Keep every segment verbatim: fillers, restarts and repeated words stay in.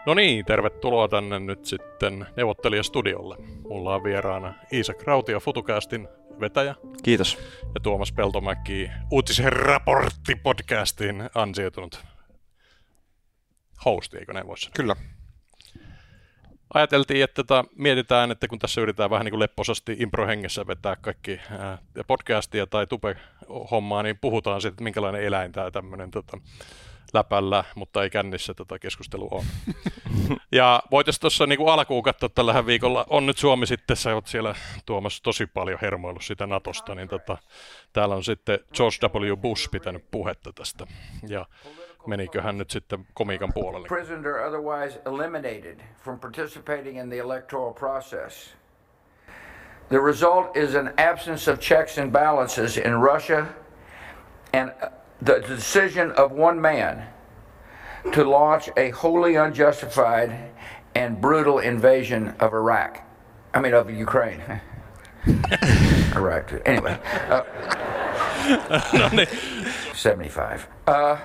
No niin, tervetuloa tänne nyt sitten neuvottelijastudiolle. Mulla on vieraana Iisak Rautio, FutuCastin vetäjä. Kiitos. Ja Tuomas Peltomäki, Uutisen raportti-podcastin ansioitunut hosti, eikö näin voi sanoa? Kyllä. Ajateltiin, että tota, mietitään, että kun tässä yritetään vähän niin kuin lepposasti improhengessä vetää kaikki ää, podcastia tai tube-hommaa, niin puhutaan sitten, että minkälainen eläin tämä tämmöinen tota, läpällä, mutta ei kännissä tätä keskustelua on. Ja voitaisiin tuossa niin kuin alkuun katsoa tällä viikolla, on nyt Suomi sitten, sä oot siellä Tuomas tosi paljon hermoillut sitä Natosta, niin tota, täällä on sitten George W. Bush pitänyt puhetta tästä, ja meniköhän nyt sitten komiikan puolelle. President or otherwise eliminated from participating in the electoral process. The result is an absence of checks and balances in Russia and the decision of one man to launch a wholly unjustified and brutal invasion of Iraq. I mean, of Ukraine. Iraq, too. Anyway. Uh, no niin. seventy-five. Uh,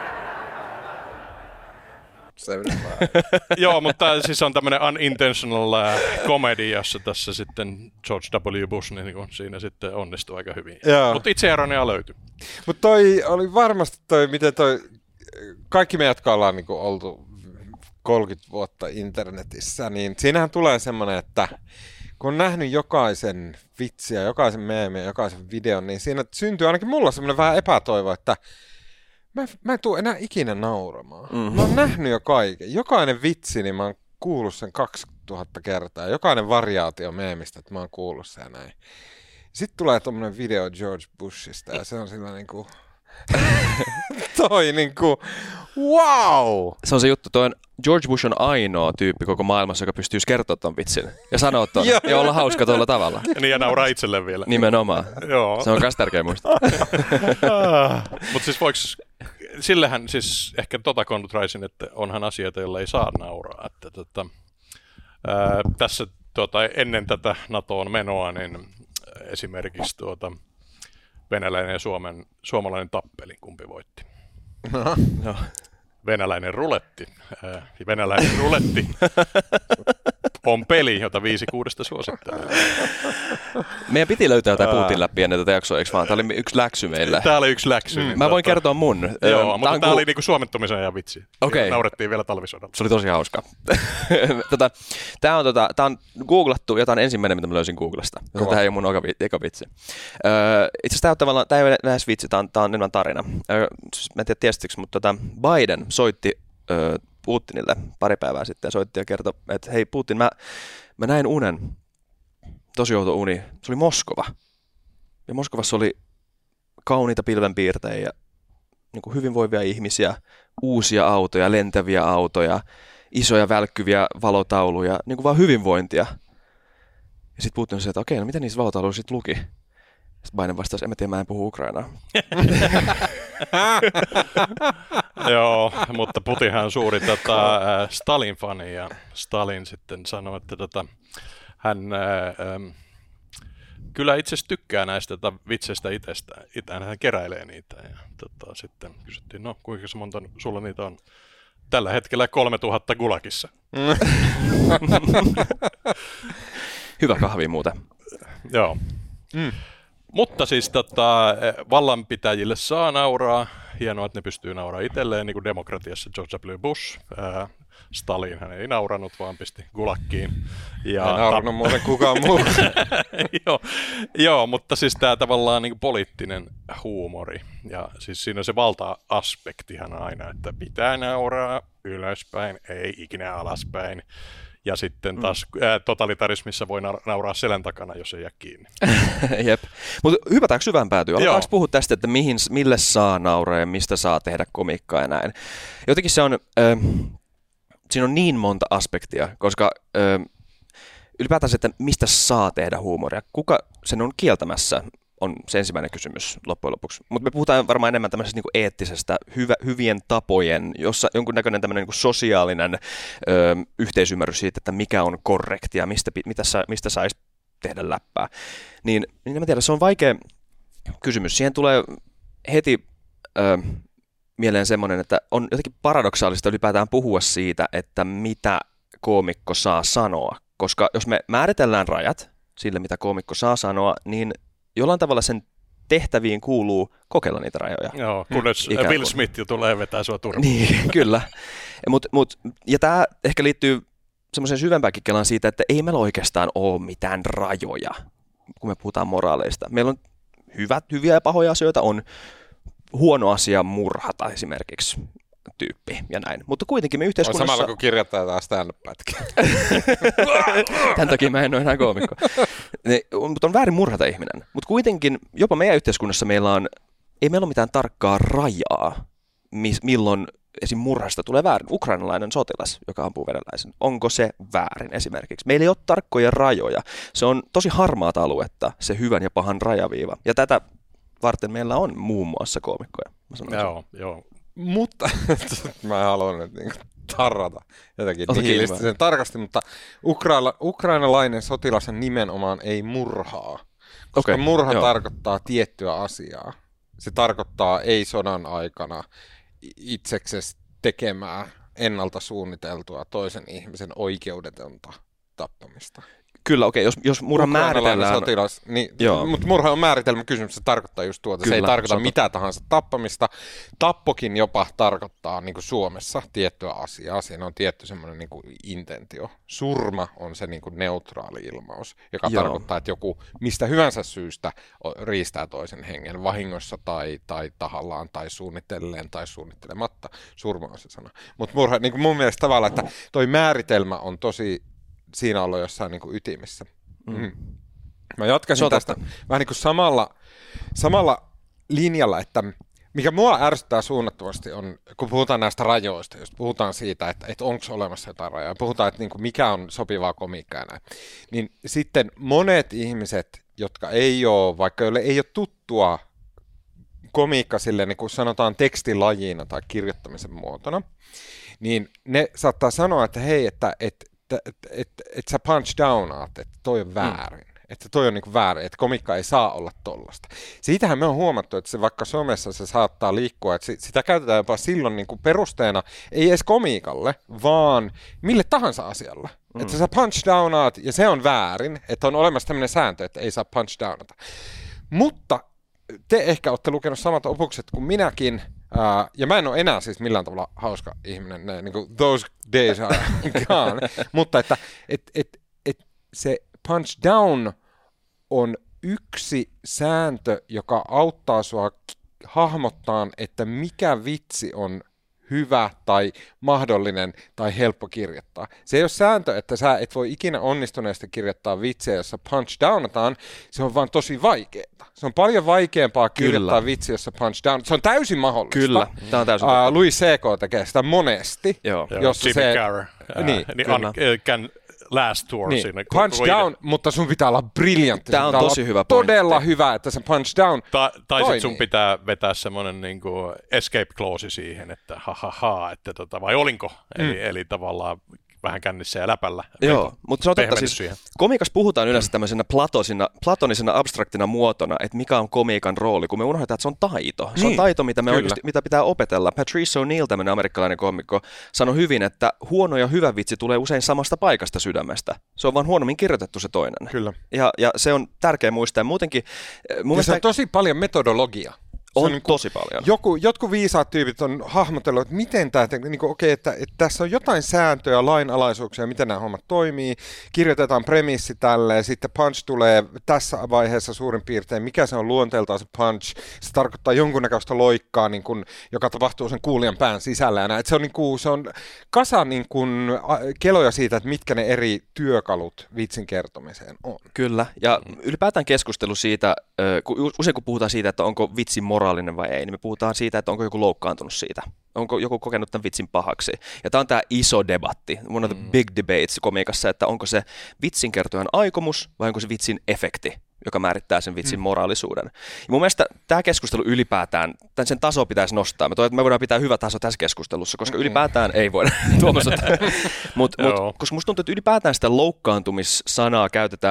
Joo, mutta siis on tämmöinen unintentional comedy, jossa tässä sitten George W. Bush niin kuin siinä sitten onnistuu aika hyvin. Mutta itse ironia löytyy. Mutta toi oli varmasti toi, miten toi, kaikki me, jotka ollaan niinku oltu kolmekymmentä vuotta internetissä, niin siinähän tulee semmoinen, että kun on nähnyt jokaisen vitsiä, jokaisen meemin, jokaisen videon, niin siinä syntyy ainakin mulla semmoinen vähän epätoivo, että Mä, mä en tule enää ikinä nauramaan. Mm-hmm. Mä oon nähnyt jo kaiken. Jokainen vitsi, niin mä oon kuullut sen kaksituhatta kertaa. Jokainen variaatio meemistä, että mä oon kuullut sen ja näin. Sitten tulee tommonen video George Bushista ja se on sillä niinku toi niinku wow! Se on se juttu, toi on, George Bush on ainoa tyyppi koko maailmassa, joka pystyisi kertoa ton vitsin ja sanoa ton ja olla hauska tuolla tavalla. Ja niin ja nauraa itselleen vielä. Nimenomaan. Joo. Se on myös tärkeä muistaa. Mutta siis voiks, sillehän siis ehkä tota kontraisin, että onhan asioita, joilla ei saa nauraa. Että tota, ää, tässä tota, ennen tätä NATOon menoa, niin esimerkiksi tuota, venäläinen ja Suomen, suomalainen tappeli, kumpi voitti? No. No. Venäläinen ruletti. Ää, venäläinen ruletti on peli, jota viisi kuudesta suosittelee. Meidän piti löytää jotain Putin läpi ennen tätä jaksoa, eikö vaan? Tämä oli yksi läksy meillä. Tämä oli yksi läksy. Mm. Mä voin tota... kertoa mun. Joo, Tää mutta tämä ku... oli niinku suomettumisen ajan vitsi. Okay. Naurettiin vielä talvisodalla. Se oli tosi hauska. tota, tämä on, tota, on googlattu, ja tämä on ensimmäinen, mitä mä löysin Googlasta. Tämä ei ole mun eka vitsi. Öö, itse asiassa tämä on tavallaan, tämä ei ole lähes vitsi, tämä on, tämä on enemmän tarina. Öö, siis mä en tiedä tiesittekö, mutta tota, Biden soitti öö, Putinille pari päivää sitten, soitti ja kertoi, että hei Putin, mä, mä näin unen, tosi outo uni, se oli Moskova. Ja Moskovassa oli kauniita pilvenpiirtejä ja niin kuin hyvinvoivia ihmisiä, uusia autoja, lentäviä autoja, isoja välkkyviä valotauluja, niin kuin vaan hyvinvointia. Ja sitten Putin sanoi, että okei, no mitä niissä valotauluissa sitten luki? Sitten Biden vastasi, en mä tiedä, mä en puhu Ukrainaa. Joo, mutta Putinhan on suuri tota, Stalin-fani ja Stalin sitten sanoi, että tota, hän ää, kyllä itse asiassa tykkää näistä tota, vitseistä itsestä. Itään hän keräilee niitä ja tota, sitten kysyttiin, no kuinka monta sulla niitä on? Tällä hetkellä kolmetuhatta Gulagissa. Hyvä kahvi muuten. Joo. Mm. Mutta siis tota, vallanpitäjille saa nauraa. Hienoa, että ne pystyy nauraa itselleen, niin kuin demokratiassa George W. Bush. Ää, Stalin hän ei nauranut, vaan pisti Gulagkiin. Ja ei naurannut ta- muuten kukaan muu. joo, joo, mutta siis tämä tavallaan niin kuin poliittinen huumori. Ja siis siinä on se valta-aspektihan aina, että pitää nauraa ylöspäin, ei ikinä alaspäin. Ja sitten taas ää, totalitarismissa voi nauraa selän takana, jos ei jää kiinni. Jep. Mutta hypätäänkö syvään päätyyn? Aletaanko puhua tästä, että mihin, mille saa nauraa ja mistä saa tehdä komiikkaa ja näin? Jotenkin se on, äh, siinä on niin monta aspektia, koska äh, ylipäätään se, että mistä saa tehdä huumoria, kuka sen on kieltämässä, on se ensimmäinen kysymys loppujen lopuksi. Mutta me puhutaan varmaan enemmän tämmöisestä niinku eettisestä, hyvä, hyvien tapojen, jossa jonkunnäköinen tämmöinen niinku sosiaalinen ö, yhteisymmärrys siitä, että mikä on korrektia, mistä, mitä sa, mistä saisi tehdä läppää. Niin, niin en tiedä, se on vaikea kysymys. Siihen tulee heti ö, mieleen semmoinen, että on jotenkin paradoksaalista ylipäätään puhua siitä, että mitä koomikko saa sanoa. Koska jos me määritellään rajat sille, mitä koomikko saa sanoa, niin jollain tavalla sen tehtäviin kuuluu kokeilla niitä rajoja. Joo, kunnes Ikään Will kuin. Smith jo tulee vetää sua turvaan. Niin, kyllä. Mut, mut, ja tämä ehkä liittyy semmoisen syvempäänkin kelaan siitä, että ei meillä oikeastaan ole mitään rajoja, kun me puhutaan moraaleista. Meillä on hyvät, hyviä ja pahoja asioita, on huono asia murhata esimerkiksi tyyppi ja näin. Mutta kuitenkin me yhteiskunnassa... On samalla kun kirjoittaa taas stand-up-pätkiä. Tämän takia mä en ole enää koomikko. Mutta on väärin murhata ihminen. Mutta kuitenkin jopa meidän yhteiskunnassa meillä on, ei meillä ole mitään tarkkaa rajaa, milloin esim. Murhasta tulee väärin. Ukrainalainen sotilas, joka ampuu venäläisen. Onko se väärin esimerkiksi? Meillä ei ole tarkkoja rajoja. Se on tosi harmaata aluetta, se hyvän ja pahan rajaviiva. Ja tätä varten meillä on muun muassa koomikkoja. Joo, joo. Mutta mä haluan nyt niin tarrata jotenkin Ota nihilistisen tarkasti, mutta Ukraina, ukrainalainen sotilas nimenomaan ei murhaa, koska Okei, murha joo. tarkoittaa tiettyä asiaa. Se tarkoittaa ei sodan aikana itseksesi tekemää ennalta suunniteltua toisen ihmisen oikeudetonta tappamista. Kyllä, okei, jos, jos murhan määritellään... sotilas, niin, Joo. mutta murha on määritelmä kysymys, se tarkoittaa just tuota. Kyllä, se ei tarkoita sota. mitä tahansa tappamista. Tappokin jopa tarkoittaa niin kuin Suomessa tiettyä asiaa. Siinä on tietty semmoinen niin kuin intentio. Surma on se niin kuin neutraali ilmaus, joka Joo. tarkoittaa, että joku mistä hyvänsä syystä riistää toisen hengen vahingossa tai, tai tahallaan tai suunnitellen tai suunnittelematta. Surma on se sana. Mutta murha, niin kuin mun mielestä tavallaan, että toi määritelmä on tosi... siinä ollut jossain niin kuin ytimessä. Mm. Mä jatkaisin tästä vähän niin kuin samalla, samalla linjalla, että mikä mua ärsyttää suunnattomasti on, kun puhutaan näistä rajoista, jos puhutaan siitä, että, että onko olemassa jotain rajoja, puhutaan, että niin kuin mikä on sopivaa komiikkaa ja näin, niin sitten monet ihmiset, jotka ei ole, vaikka joille ei ole tuttua komiikka silleen, niin kuin sanotaan tekstilajina tai kirjoittamisen muotona, niin ne saattaa sanoa, että hei, että, että että et, et, et sä punch downaat, että toi on väärin, mm. että toi on niinku väärin, että komikka ei saa olla tollasta. Siitähän me on huomattu, että se vaikka somessa se saattaa liikkua, että sitä käytetään jopa silloin niinku perusteena, ei edes komiikalle, vaan mille tahansa asialle. Mm. Että sä punch downaat ja se on väärin, että on olemassa tämmöinen sääntö, että ei saa punch downata. Mutta te ehkä olette lukenut samat opukset kuin minäkin, Uh, ja mä en ole enää siis millään tavalla hauska ihminen, ne, niin kuin those days are gone, mutta että et, et, et se punch down on yksi sääntö, joka auttaa sua hahmottaa, että mikä vitsi on hyvä tai mahdollinen tai helppo kirjoittaa. Se ei ole sääntö, että sä et voi ikinä onnistuneesti kirjoittaa vitsiä, jossa punch downataan, se on vaan tosi vaikeaa. Se on paljon vaikeampaa kirjoittaa Kyllä. vitsi, jossa punch down. Se on täysin mahdollista. Kyllä, tämä on täysin Uh, totta. Louis C K tekee sitä monesti. Joo. Jossa Jimmy se, Carr. Ää, niin, niin kyllä. un, can last tour niin, siinä. punch kun- down, mutta sun pitää olla briljantti. Tää Sun on pitää tosi olla hyvä todella pointti. hyvä, että se punch down Ta, tai sitten sun toimii. pitää vetää semmoinen niinku escape clause siihen, että ha ha ha, että tota, vai olinko? Mm. Eli, eli tavallaan vähän kännissä ja läpällä. Joo, mutta se on totta Pehmennys siis, siihen. komiikassa puhutaan yleensä tämmöisenä platonisena, platonisena abstraktina muotona, että mikä on komiikan rooli, kun me unohdetaan, että se on taito. Se on Niin, taito, mitä, me kyllä. oikeasti, mitä pitää opetella. Patrice O'Neill, tämmöinen amerikkalainen koomikko, sanoi hyvin, että huono ja hyvä vitsi tulee usein samasta paikasta sydämestä. Se on vaan huonommin kirjoitettu se toinen. Kyllä. Ja, ja se on tärkeä muistaa. Muutenkin, mun Ja mielestä se on tosi paljon metodologia. Se on niin kuin- tosi paljon. Joku, jotkut viisaat tyypit on hahmotellut, että miten tämä, niin kuin, okei, että, että tässä on jotain sääntöjä, lainalaisuuksia, miten nämä hommat toimii, kirjoitetaan premissi tälleen, sitten punch tulee tässä vaiheessa suurin piirtein, mikä se on luonteeltaan se punch, se tarkoittaa jonkunnäköistä loikkaa, niin kuin, joka tapahtuu sen kuulijan pään sisällä, ja näin. Että se on, niin kuin, se on kasa niin kuin, a- keloja siitä, että mitkä ne eri työkalut vitsin kertomiseen on. Kyllä, ja ylipäätään keskustelu siitä, ö, kun usein kun puhutaan siitä, että onko vitsi moraalinen vai ei, niin me puhutaan siitä, että onko joku loukkaantunut siitä. Onko joku kokenut tämän vitsin pahaksi. Ja tämä on tämä iso debatti, one of the big debates komiikassa, että onko se vitsinkertojan aikomus vai onko se vitsin efekti, joka määrittää sen vitsin moraalisuuden. Ja mun mielestä tämä keskustelu ylipäätään, tämän sen taso pitäisi nostaa. Mä toivon, että me voidaan pitää hyvä taso tässä keskustelussa, koska ylipäätään ei voida Tuomas ottaa. Mut, mut, Joo. koska musta tuntuu, että ylipäätään sitä loukkaantumissanaa käytetään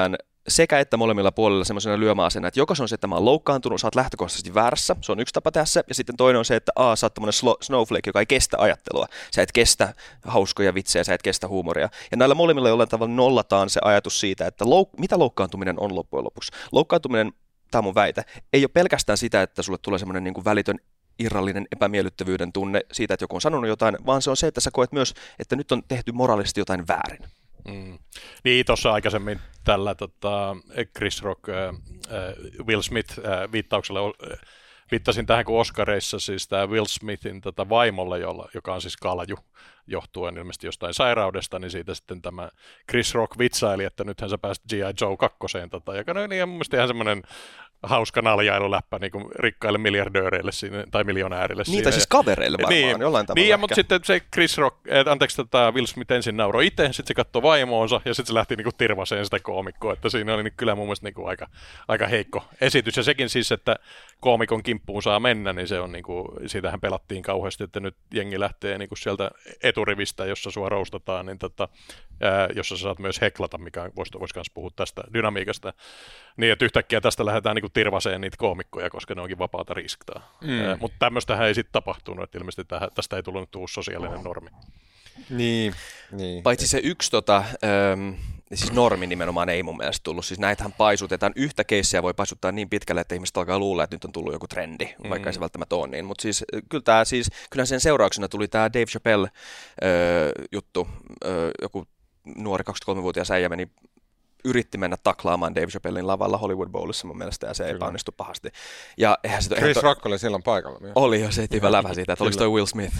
sekä että molemmilla puolilla semmoisena lyömäaseena, että joko se on se, että mä oon loukkaantunut, sä oot lähtökohtaisesti väärässä, se on yksi tapa tehdä se, ja sitten toinen on se, että a, sä oot tämmöinen snowflake, joka ei kestä ajattelua, sä et kestä hauskoja vitsejä, sä et kestä huumoria, ja näillä molemmilla jollain tavalla nollataan se ajatus siitä, että louk- mitä loukkaantuminen on loppujen lopuksi. Loukkaantuminen, tämä on mun väite, ei ole pelkästään sitä, että sulle tulee semmoinen niin kuin välitön irrallinen epämiellyttävyyden tunne siitä, että joku on sanonut jotain, vaan se on se, että sä koet myös, että nyt on tehty moraalisesti jotain väärin. Mm. Niin, tuossa aikaisemmin tällä tota, Chris Rock, äh, Will Smith äh, viittauksella äh, viittasin tähän, kun Oscarissa siis tämä Will Smithin tota, vaimolle, jolla, joka on siis kalju, johtuen ilmeisesti jostain sairaudesta, niin siitä sitten tämä Chris Rock vitsaili, että nythän sä pääsit G I. Joe kakkoseen, tota, joka on niin, mun mielestä ihan semmoinen hauska naljailuläppä niin kuin rikkaille miljardööreille siinä, tai miljonäärille. Niin, tai siis kavereille varmaan niin, jollain tavalla. Niin, ja, mutta sitten se Chris Rock, et, anteeksi, tota, Will Smith ensin nauroi itse, sitten se katsoi vaimoonsa, ja sitten se lähti niin kuin tirvaseen sitä koomikkoa, että siinä oli niin, kyllä mun mielestä niin kuin aika, aika heikko esitys, ja sekin siis, että koomikon kimppuun saa mennä, niin se on niin kuin, siitähän pelattiin kauheasti, että nyt jengi lähtee niin kuin sieltä eturivistä, jossa sua roustataan, niin tota, ää, jossa sä saat myös heklata, mikä voisi vois myös puhua tästä dynamiikasta, niin että yhtäkkiä tästä lähdetään niin kuin tirvaseen niitä koomikkoja, koska ne onkin vapaata risktaa. Mm. Ää, mutta tämmöistähän ei sitten tapahtunut, että ilmeisesti tähän, tästä ei tullut uusi sosiaalinen normi. Niin, niin. Paitsi se yksi tota, ähm, siis normi nimenomaan ei mun mielestä tullut. Siis näitähän paisutetaan. Yhtä keissiä voi paisuttaa niin pitkälle, että ihmiset alkaa luulla, että nyt on tullut joku trendi, mm. vaikka ei se välttämättä ole niin. Mutta siis, kyllä, tää, siis, kyllä sen seurauksena tuli tämä Dave Chappelle äh, juttu. Äh, joku nuori kaksikymmentäkolmevuotias äijä meni yritti mennä taklaamaan Dave Chappellin lavalla Hollywood Bowlissa mun mielestä, ja se epäonnistui pahasti. Ja eihän se, Chris to... Rock oli silloin paikalla. Myös. Oli jo, se ei hyvä läpä siitä, että oliko toi Will Smith.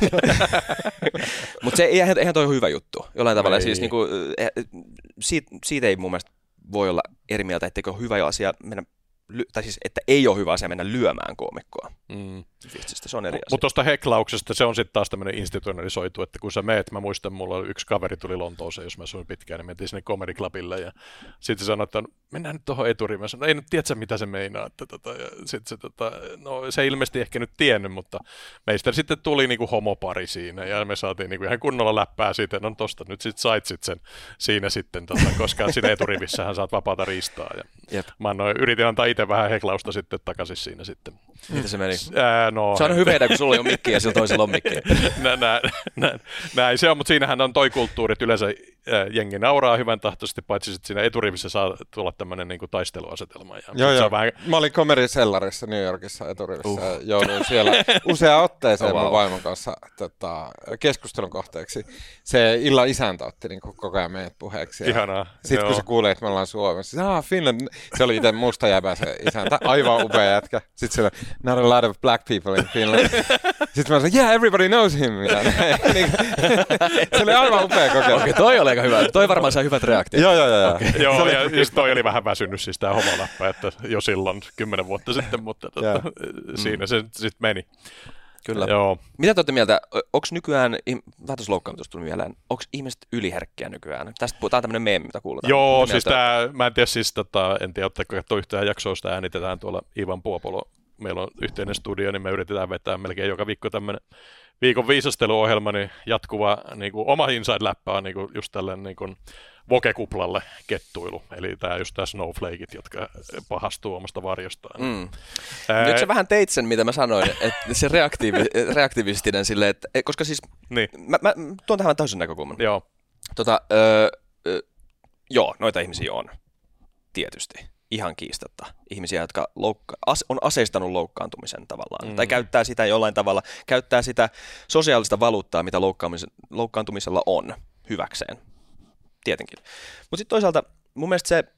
Mutta eihän, eihän toi ole hyvä juttu. Jollain tavalla siis, niinku, siitä, siitä ei mun mielestä voi olla eri mieltä, etteikö ole hyvä asia mennä, tai siis, että ei ole hyvä asia mennä lyömään koomikkoa. Mm. Vitsistä, se on eri asia. Mutta tuosta heklauksesta se on sitten taas tämmöinen institutionalisoitu, että kun sä meet, mä muistan, mulla oli yksi kaveri tuli Lontooseen, jos mä asuin pitkään, niin mentiin sinne Comedy Clubille, ja sitten se sanoi, että mennään nyt tuohon eturiin. Mä sanoin, ei nyt tiedä mitä se meinaa. Että tota, ja sit se, tota, no, se ei ilmeisesti ehkä nyt tiennyt, mutta meistä sitten tuli niinku homopari siinä, ja me saatiin niinku ihan kunnolla läppää siitä, no tosta nyt sit sait sit sen siinä sitten, tota, koska siinä eturivissähän saat vapaata riistaa. Ja yep. Mä annoin, yritin antaa itse vähän heklausta sitten takaisin siinä sitten. Miten se meni? Ää, no, se on hyvä idea, kun sulla on mikki ja sillä toisella on mikki. Näin, näin, näin se on, mutta siinähän on toi kulttuuri, että yleensä jengi nauraa hyvän tahtoisesti, paitsi sitten siinä eturivissä saa tulla tämmöinen niinku taisteluasetelma. Ja joo, joo. Vähän... Mä olin Comedy Cellarissa New Yorkissa eturivissä uh. ja jouduin siellä useaan otteeseen oh, wow. mun vaimon kanssa tota, keskustelun kohteeksi. Se illan isäntä otti niin koko ajan meidät puheeksi. Ihanaa. Sitten kun se kuuli, että me ollaan Suomessa, ah, Finland, se oli itse musta jäbä se isäntä, aivan upea jätkä. Sitten se oli, not a lot of black people in Finland. Sitten mä sanoin, yeah, everybody knows him. Se oli aivan upea kokemus. Okei, toi oli aika hyvä. Toi varmaan sai hyvät reaktiot. Joo, joo, joo. Okay. Joo, ja siis toi oli vähän väsynyt siis tää homoläppä, että jo silloin kymmenen vuotta sitten, mutta tota, siinä mm. se sitten meni. Kyllä. Joo. Mitä te olette mieltä, onko nykyään, vähän tuossa loukkaamista tuli mieleen, onko ihmiset yliherkkiä nykyään? Tästä puhutaan tämmöinen meemi, mitä kuulutaan. Joo, mitä siis tää, mä en tiedä siis, tota, en tiedä, ottaako katsoa yhtään jaksoa, sitä äänitetään tuolla Ivan Puopolo. Meillä on yhteinen studio, niin me yritetään vetää melkein joka viikko tämmöinen viikon viisasteluohjelma, niin jatkuva niin kuin oma inside-läppä on niin kuin just tällainen niin kuin vokekuplalle kettuilu, eli tämä just tämä snowflakeit, jotka pahastuu omasta varjostaan. Mm. Ää... Nyt sä vähän teit sen, mitä mä sanoin, että se reaktiivi, reaktivistinen silleen, että, koska siis, niin. mä, mä tuon tähän täysin näkökulman. Joo. Tota, öö, öö, joo, noita ihmisiä on, tietysti. Ihan kiistatta. Ihmisiä, jotka loukka- as- on aseistanut loukkaantumisen tavallaan. Mm. Tai käyttää sitä jollain tavalla, käyttää sitä sosiaalista valuuttaa, mitä loukkaantumisella on, hyväkseen. Tietenkin. Mutta sitten toisaalta mun mielestä se,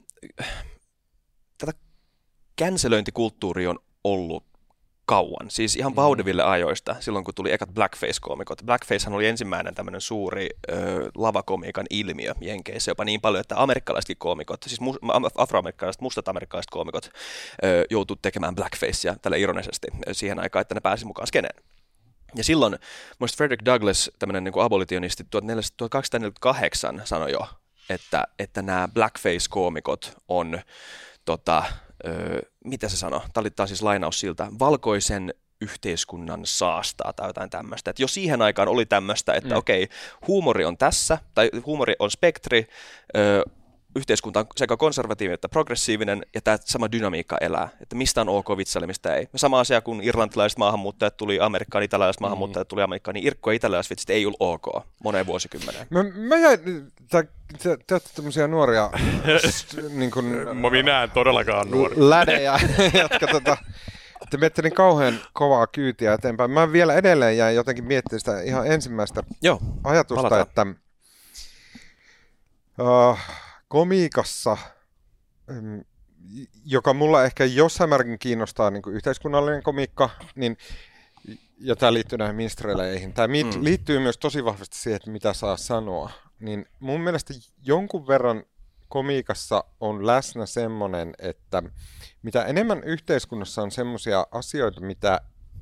tätä cancelöintikulttuuri on ollut kauan. Siis ihan vaudeville ajoista, silloin kun tuli ekat blackface-koomikot. Blackfacehan oli ensimmäinen tämmöinen suuri ö, lavakomiikan ilmiö Jenkeissä, jopa niin paljon, että amerikkalaisetkin koomikot, siis mu- afroamerikkalaiset, mustat amerikkalaiset koomikot ö, joutuivat tekemään blackfacea tällä ironisesti siihen aikaan, että ne pääsi mukaan skeneen. Ja silloin muista Frederick Douglass, tämmöinen niin kuin abolitionisti, tuhatkaksisataaneljäkymmentäkahdeksan sanoi jo, että, että nämä blackface-koomikot on tota, Öö, mitä se sanoi? Tämä oli taas siis lainaus siltä, valkoisen yhteiskunnan saastaa tai jotain tämmöistä. Että jo siihen aikaan oli tämmöistä, että mm. okei, huumori on tässä, tai huumori on spektri, öö, yhteiskunta on sekä konservatiivinen että progressiivinen, ja tämä sama dynamiikka elää, että mistä on ok vitsailla, mistä ei. Sama asia, kun irlantilaiset maahanmuuttajat tuli Amerikkaan, italialaiset maahanmuuttajat tuli Amerikkaan, niin Irkko ja italialaisvitsit ei ollut ok moneen vuosikymmeneen. Mä, mä jäin, te, te, te olette tämmöisiä nuoria, niin kuin, Mä minä en todellakaan nuori. lädejä, jotka tota, te miette niin kauhean kovaa kyytiä eteenpäin. Mä vielä edelleen jäin jotenkin miettimään sitä ihan ensimmäistä Joo, ajatusta, palataan. että uh, komiikassa, um, joka mulla ehkä jossain määrin kiinnostaa niin kuin yhteiskunnallinen komiikka, niin, ja tämä liittyy näihin minstreleihin, tämä mm. liittyy myös tosi vahvasti siihen, että mitä saa sanoa, niin mun mielestä jonkun verran komiikassa on läsnä semmoinen, että mitä enemmän yhteiskunnassa on semmoisia asioita, mitä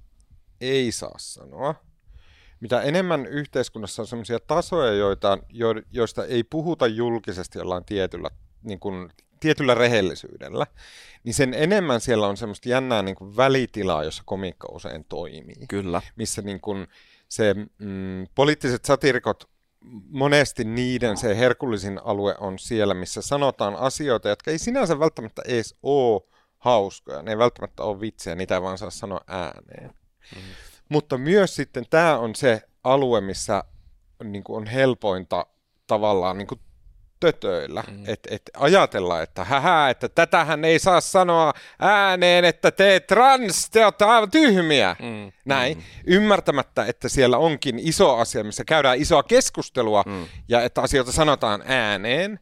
ei saa sanoa, mitä enemmän yhteiskunnassa on semmoisia tasoja, joita, jo, joista ei puhuta julkisesti jollain tietyllä, niin kuin, tietyllä rehellisyydellä, niin sen enemmän siellä on semmoista jännää niin kuin välitilaa, jossa komiikka usein toimii. Kyllä. Missä niin kuin se mm, poliittiset satirikot, monesti niiden se herkullisin alue on siellä, missä sanotaan asioita, jotka ei sinänsä välttämättä edes ole hauskoja. Ne ei välttämättä ole vitsejä, niitä ei vaan saa sanoa ääneen. Mm-hmm. Mutta myös sitten tämä on se alue, missä niin kuin on helpointa tavallaan niin kuin tötöillä. Mm-hmm. Että et ajatella, että hähä, että tätähän ei saa sanoa ääneen, että te trans, te olette aivan tyhmiä. Mm-hmm. Näin. Mm-hmm. Ymmärtämättä, että siellä onkin iso asia, missä käydään isoa keskustelua mm-hmm. ja että asioita sanotaan ääneen.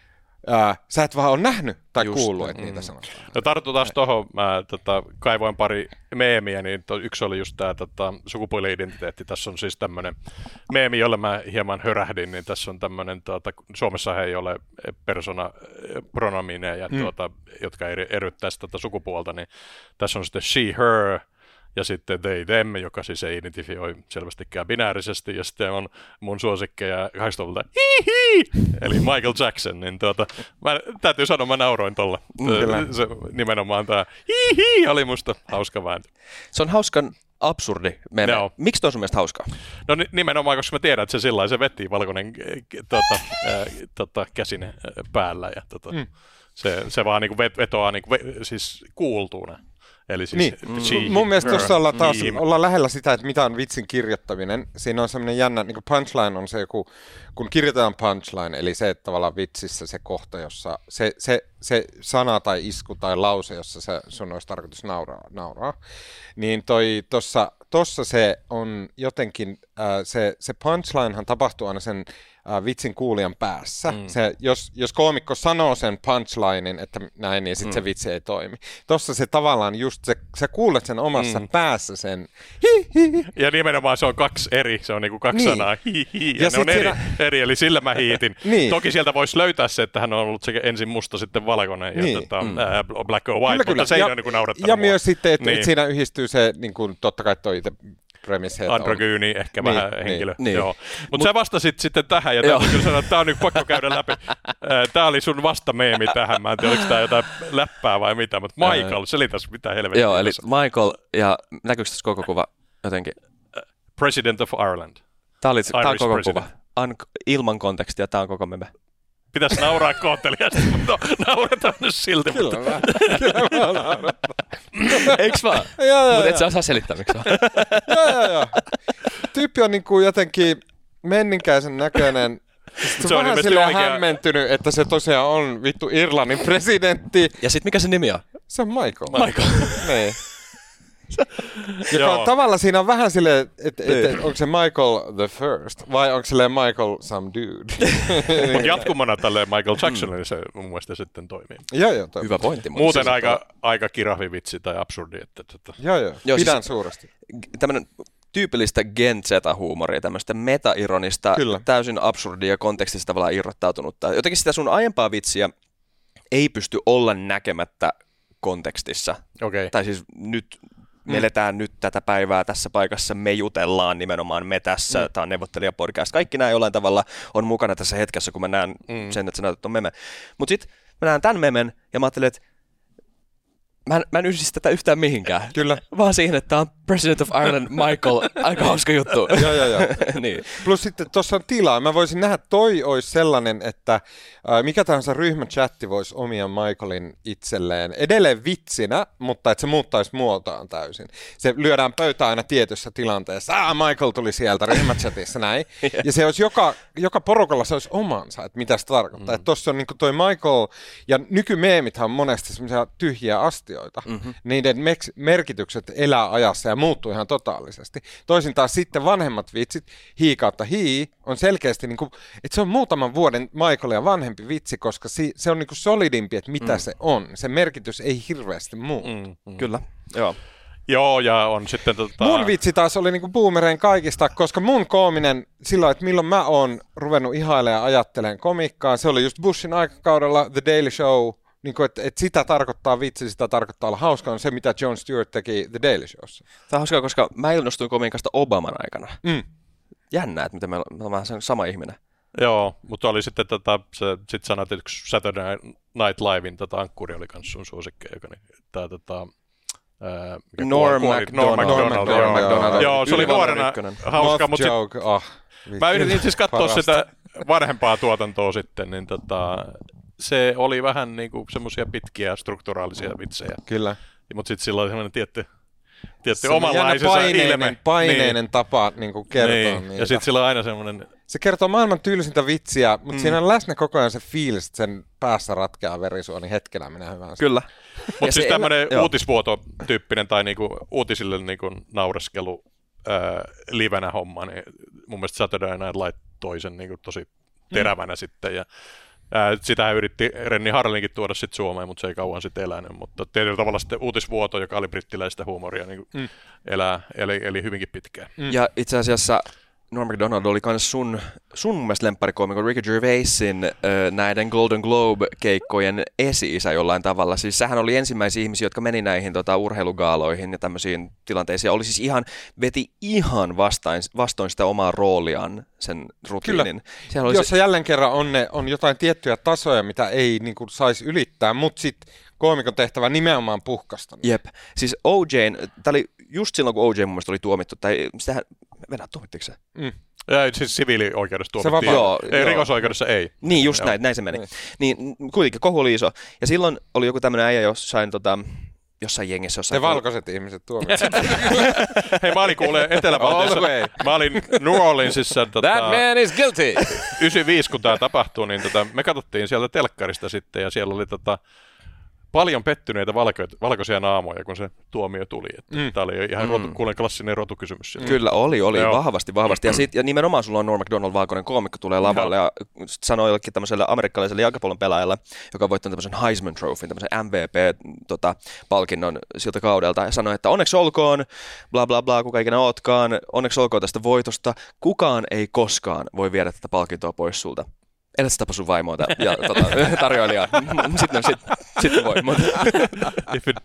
Ää, sä et vaan ole nähnyt tai Just, kuullut, että mm. niitä sanotaan. No tartutaan tuohon, mä tota, kaivoin pari meemiä, niin to, yksi oli just tämä tota, sukupuoli-identiteetti. Tässä on siis tämmöinen meemi, jolle mä hieman hörähdin, niin tässä on tämmöinen, tuota, Suomessa ei ole persona pronomineja, mm. tuota, jotka eri, eryttäisi tätä sukupuolta, niin tässä on sitten she, her, ja sitten they, them, joka siis ei identifioi selvästikään binäärisesti, ja sitten on mun suosikkeja kahdeksankymmentäluvulta, hihi, eli Michael Jackson, niin tuota, mä, täytyy sanoa, mä nauroin tolla. Mm, se, nimenomaan tämä hihi oli musta hauska vääntö. Se on hauskan absurdi meme. No. Miksi toi on sun mielestä hauskaa? No nimenomaan, koska mä tiedän, että se sillä se veti valkoinen tota, äh, tota, käsine päällä, ja tota, mm. se, se vaan niinku vetoaa niinku, siis kuultuuna. Eli siis niin. she, mun mielestä tuossa ollaan taas me. ollaan lähellä sitä, että mitä on vitsin kirjoittaminen. Siinä on semmoinen jännä, niin kuin punchline on se joku, kun kirjoitetaan punchline, eli se, että tavallaan vitsissä se kohta, jossa se, se, se sana tai isku tai lause, jossa se, sun olisi tarkoitus nauraa, nauraa. Niin toi, tossa, tossa se on jotenkin, äh, se, se punchlinehan tapahtuu aina sen äh, vitsin kuulijan päässä. Mm. Se, jos, jos koomikko sanoo sen punchlinein, että näin, niin sitten mm. se vitsi ei toimi. Tossa se tavallaan just, se, sä kuulet sen omassa mm. päässä sen hi, hi, hi. Ja nimenomaan se on kaksi eri, se on niinku kaksi niin. sanaa hi, hi, ja, ja ne on eri, siinä... eri, eli sillä mä hiitin. niin. Toki sieltä voisi löytää se, että hän on ollut sekä ensin musta, sitten valkoinen ja niin. tota, mm. ää, black or white, kyllä, mutta kyllä. se ei ja, ole niinku naurattanut Ja mua. myös sitten, että niin. et siinä yhdistyy se, niin kuin, totta kai toi itse premissi. Androgyyni, ehkä niin, vähän henkilö. Niin. Joo. Mutta Mut, sä vastasit sitten tähän, ja täytyy kyllä sanoa, että tää on nyt pakko käydä läpi. Tää oli sun vastameemi tähän. Mä en tiedä, oliko tää jotain läppää vai mitä, mutta Michael, selitäs mitä helvettiä. Joo, eli Michael, ja näkyykö tässä koko kuva jotenkin? President of Ireland. Tää, oli, tää on koko president. Kuva. An, ilman kontekstia, tää on koko meme. Pitäisi nauraa kohteliaasti, mutta nauretaan nyt silti. Kyllä mutta... mä, kyllä mä naurataan. Eiks vaan? Mutta et sä osaa selittää, miksi on. Joo, joo, joo. Tyyppi on niinku jotenkin menninkäisen näköinen. Se, se on vähän silleen oikea... hämmentynyt, että se tosiaan on vittu Irlannin presidentti. Ja sit mikä se nimi on? Se on Michael. Michael. Niin. Joka on tavallaan siinä on vähän silleen, että et, et, onko se Michael the first vai onko silleen Michael some dude. Mutta jatkumana tälleen Michael Jacksonille se mun mielestä sitten toimii. Joo, joo. Hyvä pointti. Muuten siis aika, to... aika kirahvivitsi tai absurdi. Että, että... Joo, joo. joo pidän siis suuresti. Tämmönen tyypillistä Gen Z-huumoria, tämmöistä meta-ironista, Kyllä. täysin absurdia kontekstista tavallaan irrottautunutta. Jotenkin sitä sun aiempaa vitsiä ei pysty olla näkemättä kontekstissa. Okay. Tai siis nyt... Me eletään nyt tätä päivää tässä paikassa, me jutellaan nimenomaan me tässä, mm. tämä on neuvottelijapodcast. Kaikki nämä jollain tavalla on mukana tässä hetkessä, kun mä näen mm. sen, että sä näytät ton meme. Mutta sitten mä näen tämän memen ja mä ajattelen, että Mä en, mä en yhdistä tätä yhtään mihinkään. Kyllä. Vaan siihen, että tää on President of Ireland Michael. Aika hauska juttu. Joo, joo, joo. Niin. Plus sitten tuossa on tilaa. Mä voisin nähdä, toi olisi sellainen, että ää, mikä tahansa ryhmächatti voisi omia Michaelin itselleen edelleen vitsinä, mutta että se muuttaisi muotoaan täysin. Se lyödään pöytään aina tietyssä tilanteessa. Ah, Michael tuli sieltä ryhmächatissa, näin. Ja se olisi joka, joka porukalla se olisi omansa, että mitä se tarkoittaa. Mm. Että tossa on niin kuin toi Michael, ja nykymeemithän on monesti semmoisia tyhjiä astioita. Mm-hmm. Niiden meks- merkitykset elää ajassa ja muuttuu ihan totaalisesti. Toisin taas sitten vanhemmat vitsit, hi kautta hi, on selkeästi, niin kuin, että se on muutaman vuoden Michaelia vanhempi vitsi, koska si- se on niin kuin solidimpi, että mitä mm. se on. Se merkitys ei hirveästi muutu. Mm, mm. Kyllä, joo. Joo, ja on sitten tota... Mun vitsi taas oli niinku boomereen kaikista, koska mun koominen silloin, että milloin mä oon ruvennut ihailemaan ja ajattelemaan komikkaa, se oli just Bushin aikakaudella, The Daily Show, niinku, että et sitä tarkoittaa vitsi, sitä tarkoittaa olla hauska, on se, mitä Jon Stewart teki The Daily Showssa. Tämä on hauskaa, koska mä innostuin komiikasta Obaman aikana. Mm. Jännää, että miten meillä on vähän sama ihminen. Joo, mutta oli sitten, tota, se, sit sanoit, että yksi Saturday Night Livein tota, ankkuri oli kans sun suosikkeja, joka niin, tää, tota, Ää, Norm kuoli, MacDonald. Norm MacDonald. Norm MacDonald. Joo, se oli nuorena hauska, mutta sit, oh, mä yritin siis katsoa sitä vanhempaa tuotantoa sitten, niin tota, se oli vähän niinku semmoisia pitkiä strukturaalisia vitsejä. Kyllä. Mutta sitten sillä oli semmoinen tietty, tietty se omanlaisensa paineinen, ilme. paineinen niin. tapa niinku kertoa niin. niitä. Ja sitten sillä on aina semmoinen... Se kertoo maailman tylsintä vitsiä, mutta mm. siinä on läsnä koko ajan se fiilis, että sen päässä ratkeaa verisuoni hetkellä minä hyvän. Kyllä. Mutta siis tämmöinen uutisvuoto-tyyppinen tai niinku uutisille niinku naureskelu ää, livenä homma, niin mun mielestä Saturday Night Live toi sen niinku tosi terävänä mm. sitten. Ja, ää, sitähän yritti Renni Harlinkin tuoda sitten Suomeen, mutta se ei kauan sitten elänyt. Mutta tietyllä tavalla sitten uutisvuoto, joka oli brittiläistä huumoria, niin mm. elää, eli, eli hyvinkin pitkään. Mm. Ja itse asiassa Norm MacDonald oli myös sun, sun mun mielestä lempparikoomikon Ricky Gervaisin äh, näiden Golden Globe-keikkojen esi-isä jollain tavalla. Siis sähän oli ensimmäisiä ihmisiä, jotka meni näihin tota, urheilugaaloihin ja tämmöisiin tilanteisiin. Oli siis ihan, veti ihan vastain, vastoin sitä omaa rooliaan sen rutiinin. Kyllä, jossa se... jälleen kerran on, ne, on jotain tiettyjä tasoja, mitä ei niin kuin, saisi ylittää, mutta sitten koomikon tehtävä nimenomaan puhkasta. Jep. Siis O J:n, tää oli just silloin, kun O J mun mielestä oli tuomittu, tai sitähän, Venä, tuomittiko se? Mm. Ja, siis siviilioikeudessa tuomittiin. Joo, ei, joo. Rikosoikeudessa ei. Niin, just näin, näin se meni. Niin. niin kuitenkin kohu oli iso. Ja silloin oli joku tämmöinen äijä jossain, tota, jossain jengissä. Jossain ne valkoiset ihmiset tuomittiin. Hei, mä olin kuulee Etelävaltiossa. Mä olin New Orleansissa. Tota, That man is guilty! yhdeksänkymmentäviisi, kun tää tapahtui, niin tota, me katsottiin sieltä telkkarista sitten, ja siellä oli tota, paljon pettyneitä valko- valkoisia naamoja, kun se tuomio tuli. Mm. Tämä oli ihan rotu, kuulen klassinen rotukysymys. Mm. Kyllä oli, oli Joo. vahvasti, vahvasti. Ja, sit, ja nimenomaan sulla on Norm MacDonald, valkoinen koomikko, tulee lavalle ja sanoi jollekin tämmöiselle amerikkalaiselle jalkapallon pelaajalle, joka on voittanut tämmöisen Heisman Trophyn, tämmöisen M V P-palkinnon tota, siltä kaudelta, ja sanoi, että onneksi olkoon, bla bla bla, kuka ikinä ootkaan, onneksi olkoon tästä voitosta, kukaan ei koskaan voi viedä tätä palkintoa pois sulta. Edes tapa sun vaimoita ja tota, tarjoilijaa. Sitten sit, sit voi. Mutta. If it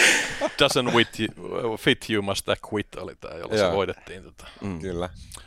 doesn't fit you, fit you must quit oli tämä, jolla se voitettiin. Tota. Mm. Kyllä.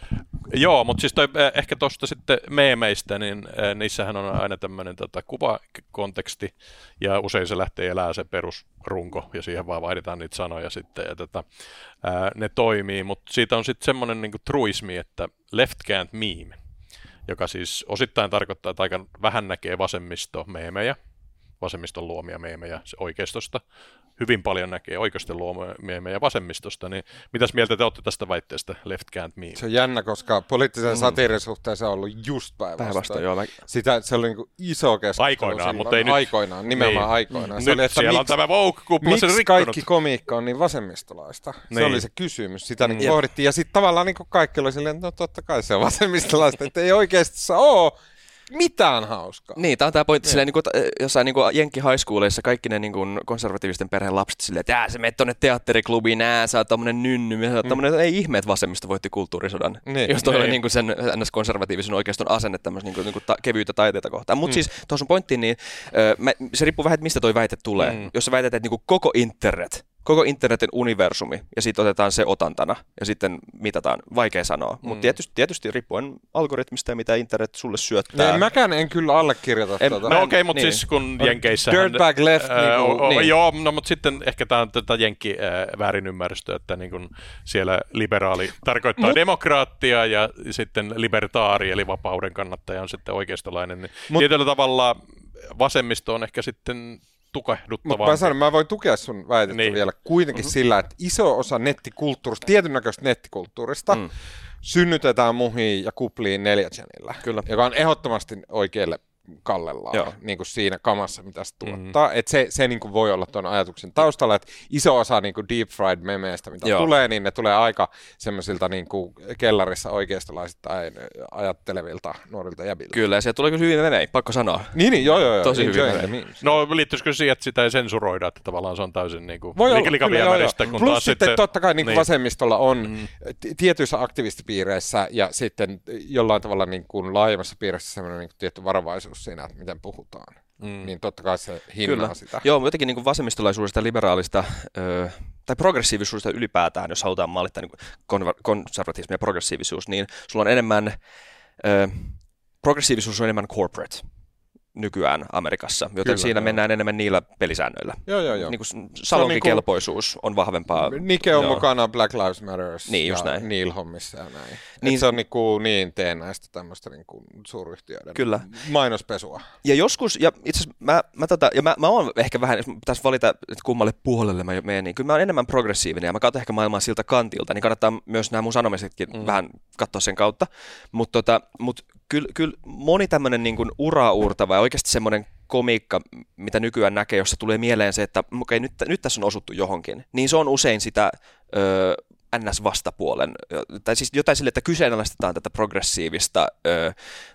Joo, mutta siis toi, ehkä tuosta sitten meemeistä, niin niissähän on aina tämmöinen tota, kuvakonteksti, ja usein se lähtee elää se perusrunko, ja siihen vaan vaihdetaan niitä sanoja sitten, ja tota, ää, ne toimii, mutta siitä on sitten semmoinen niinku truismi, että left can't meme, joka siis osittain tarkoittaa, että aika vähän näkee vasemmisto-meemejä, vasemmiston luomia meemejä oikeistosta. Hyvin paljon näkee oikeiston luomia meemejä vasemmistosta, niin mitäs mieltä te olette tästä väitteestä left can't meme? Se on jännä, koska poliittisen mm. satiirin suhteen se on ollut just päinvastoin. Joo, mä... Sitä, se oli niin iso keskustelu aikoinaan, silloin. Mutta ei nyt... Aikoinaan, nimenomaan niin. aikoinaan. Se nyt oli, että siellä miksi, on tämä woke-kupla sen miksi rikkonut. kaikki komiikka on niin vasemmistolaista? Niin. Se oli se kysymys. Sitä niin Mm. pohdittiin. Ja sitten tavallaan niin kaikki oli silleen, no totta kai se on vasemmistolaista, että ei oikeasti ole mitään hauskaa. Niin, tämä on tämä pointti, silleen, niin kuin, jossain niin kuin Jenkki high schooleissa kaikki ne niin kuin konservatiivisten perheen lapset silleen, että jää, sä menet tonne teatteriklubiin, nää, sä oot tommonen nynny, sä oot tommonen, mm. ei ihme, että vasemmista voitti kulttuurisodan. Niin. Jos toi niin. oli niin kuin sen ns. Konservatiivisen oikeiston asenne tämmöisen niin kuin, niin kuin ta- kevyitä taiteita kohtaan. Mutta mm. siis tuossa sun pointtiin, niin äh, mä, se riippuu vähän, että mistä toi väite tulee. Mm. Jos sä väität, että niin kuin koko internet koko internetin universumi, ja sitten otetaan se otantana, ja sitten mitataan, vaikea sanoa. Mm. Mutta tietysti, tietysti riippuen algoritmista ja mitä internet sulle syöttää. Ne, mäkään en kyllä allekirjoita en, tuota. No okei, okay, mutta niin. siis kun Jenkeissähän... Dirtbag left. Ää, niinku, o, o, niin. Joo, no mutta sitten ehkä tämä on tätä Jenkki ää, väärinymmärrystä, että niin kun siellä liberaali tarkoittaa Mut, demokraattia ja sitten libertaari, eli vapauden kannattaja on sitten oikeistolainen. Niin mut, tietyllä tavalla vasemmisto on ehkä sitten tukehduttavaa. Mutta mä sanon, mä voin tukea sun väitettä niin. vielä kuitenkin mm-hmm. sillä, että iso osa nettikulttuurista, tietyn näköistä nettikulttuurista, mm. synnytetään muhiin ja kupliin neljächanilla, Kyllä. joka on ehdottomasti oikealle kallellaan niin kuin siinä kamassa, mitä se tuottaa. Mm. Et se se niin kuin voi olla tuon ajatuksen taustalla, että iso osa niin kuin deep fried memeistä, mitä Joo. tulee, niin ne tulee aika semmoisilta niin kuin kellarissa oikeistolaisittain ajattelevilta nuorilta jäbiltä. Kyllä, ja sieltä tulee kyllä hyvin memei, pakko sanoa. Niin, niin joo, joo, joo. Tosi hyvin memei. No liittyisikö siihen, että sitä ei sensuroida, että tavallaan se on täysin niin kuin likaviemäistä. Kun Plus taas sitten sitten totta kai niin kuin niin. vasemmistolla on mm. tietyissä aktivistipiireissä ja sitten jollain tavalla niin kuin laajemmassa piirissä semmoinen niin kuin tietty varovaisuus siinä, että miten puhutaan. Mm. Niin totta kai se hinnaa Kyllä. sitä. Joo, mutta jotenkin niin kuin vasemmistolaisuudesta, liberaalista ö, tai progressiivisuudesta ylipäätään, jos halutaan maalittaa niin kuin konservatismi ja progressiivisuus, niin sulla on enemmän, ö, progressiivisuus on enemmän corporate nykyään Amerikassa, joten Kyllä, siinä joo. mennään enemmän niillä pelisäännöillä. Joo, joo, joo. Niin kuin salonkikelpoisuus on vahvempaa. Nike on joo. mukana Black Lives Matter niin, ja näin. Neil-hommissa ja näin. Niin, se on niin, kuin, niin teennäistä tämmöistä niin kuin suuryhtiöiden Kyllä. mainospesua. Ja joskus, ja itse asiassa mä, mä, tota, ja mä, mä oon ehkä vähän, jos pitäisi valita, että kummalle puolelle mä menen, niin kyllä mä oon enemmän progressiivinen ja mä katson ehkä maailmaa siltä kantilta, niin kannattaa myös nämä mun sanomisetkin mm. vähän katsoa sen kautta. Mutta tota, mut, Kyllä, kyllä moni tämmöinen niin kuin ura-uurtava ja oikeasti semmoinen komiikka, mitä nykyään näkee, jossa tulee mieleen se, että okay, nyt, nyt tässä on osuttu johonkin, niin se on usein sitä ö, N S-vastapuolen, tai siis jotain sille, että kyseenalaistetaan tätä progressiivista ö,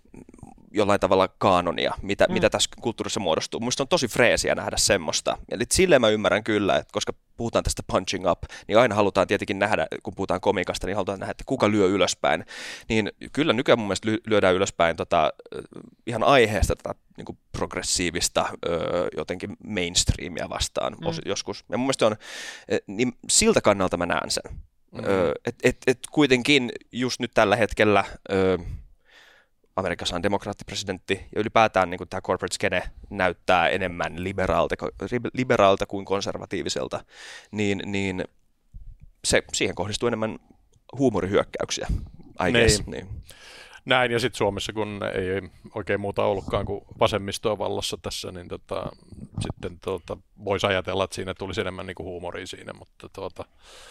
jollain tavalla kaanonia, mitä, mm. mitä tässä kulttuurissa muodostuu. Mielestäni on tosi freesiä nähdä semmoista. Eli silleen mä ymmärrän kyllä, että koska puhutaan tästä punching up, niin aina halutaan tietenkin nähdä, kun puhutaan komikasta, niin halutaan nähdä, että kuka lyö ylöspäin. Niin kyllä nykyään mun mielestä lyödään ylöspäin tota, ihan aiheesta tätä niin kuin progressiivista ö, jotenkin mainstreamia vastaan mm. joskus. Ja mun mielestä on, niin siltä kannalta mä näen sen. Mm-hmm. Että et, et kuitenkin just nyt tällä hetkellä Ö, Amerikassa on demokraattipresidentti, ja ylipäätään niin kuin tämä corporate skene näyttää enemmän liberaalta, liberaalta kuin konservatiiviselta, niin, niin se, siihen kohdistuu enemmän huumorihyökkäyksiä, I guess. Niin. Näin, ja sitten Suomessa, kun ei oikein muuta ollutkaan kuin vasemmistoa vallassa tässä, niin tota, sitten tota, voisi ajatella, että siinä tulisi enemmän niin kuin huumoria siinä, mutta tuota,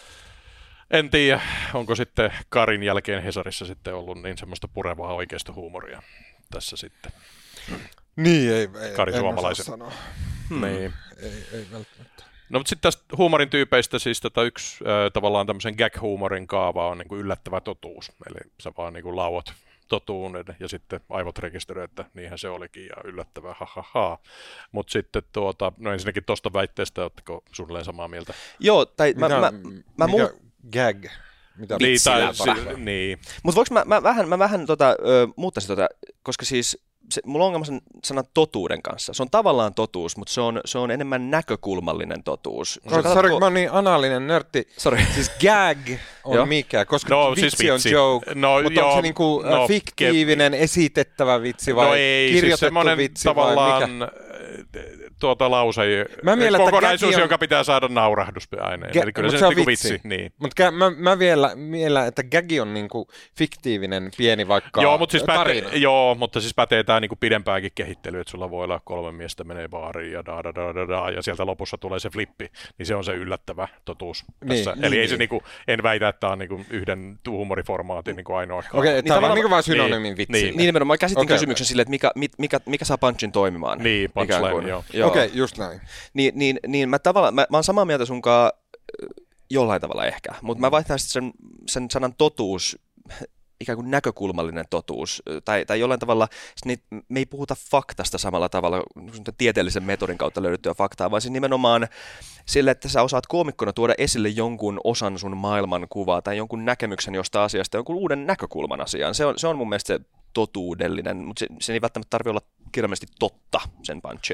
en tiedä, onko sitten Karin jälkeen Hesarissa sitten ollut niin semmoista purevaa oikeasta huumoria tässä sitten. Niin, ei, ei Kari en Suomalaisen. osaa sanoa. Hmm. Niin. Ei, ei välttämättä. No mutta sitten tästä huumorin tyypeistä siis tota yksi äh, tavallaan tämmöisen gag-huumorin kaava on niin kuin yllättävä totuus. Eli sä vaan niin kuin lauot totuuden ja sitten aivot rekisteröi, että niinhän se olikin ja yllättävää, ha ha ha. Mutta sitten tuota, no ensinnäkin tuosta väitteestä, ootteko suunnilleen samaa mieltä? Joo, tai Mitä, mä, mä, mä mikä mu- gag? Mitä niin, tai, si- niin. Mutta voinko mä, mä vähän, mä vähän tota, ö, muuttaisin tota, koska siis se, mulla on ongelma sen sanan totuuden kanssa. Se on tavallaan totuus, mutta se on, se on enemmän näkökulmallinen totuus. No, sori, katsot, mä oon niin anaalinen nörtti. Sorry. Siis gag on mikä, koska no, vitsi, siis vitsi on joke, no, mutta onko se niinku no, fiktiivinen, ke- esitettävä vitsi vai no ei, kirjoitettu siis vitsi tavallaan vai mikä? Tuota lause, mielen, kokonaisuus, on... jonka pitää saada naurahdusaineen. Ga- Eli kyllä se, se on niinku vitsi. vitsi. Niin. Mutta mä, mä vielä mielen, että gagi on niinku fiktiivinen pieni vaikka joo, mutta siis tarina. Päte, joo, mutta siis pätee tämä niinku pidempäänkin kehittely, että sulla voi olla kolme miestä menee baariin ja da da da da da ja sieltä lopussa tulee se flippi, niin se on se yllättävä totuus tässä. Niin, Eli niin, ei se niin. niinku, en väitä, että tämä on niinku yhden huumoriformaatin niinku ainoa. Okei, okay, niin tämä on niinku vaan synonyymin niin, vitsille. niin. Niin nimenomaan, mä käsitin okay, kysymyksen okay. silleen, että mikä, mikä, mikä saa punchin toimimaan. Niin, punchline, joo. joo. Okei, okay, just näin. Niin, niin, niin mä tavallaan, mä, mä oon samaa mieltä sunkaan jollain tavalla ehkä, mutta mä vaihtaisin sen, sen sanan totuus, ikään kuin näkökulmallinen totuus, tai, tai jollain tavalla, niin me ei puhuta faktasta samalla tavalla, tieteellisen metodin kautta löydettyä faktaa, vaan siis nimenomaan sille, että sä osaat koomikkona tuoda esille jonkun osan sun maailmankuvaa tai jonkun näkemyksen jostain asiasta, jonkun uuden näkökulman asiaan. Se on, se on mun mielestä se totuudellinen, mutta se, se ei välttämättä tarvitse olla kirjallisesti totta sen punchin.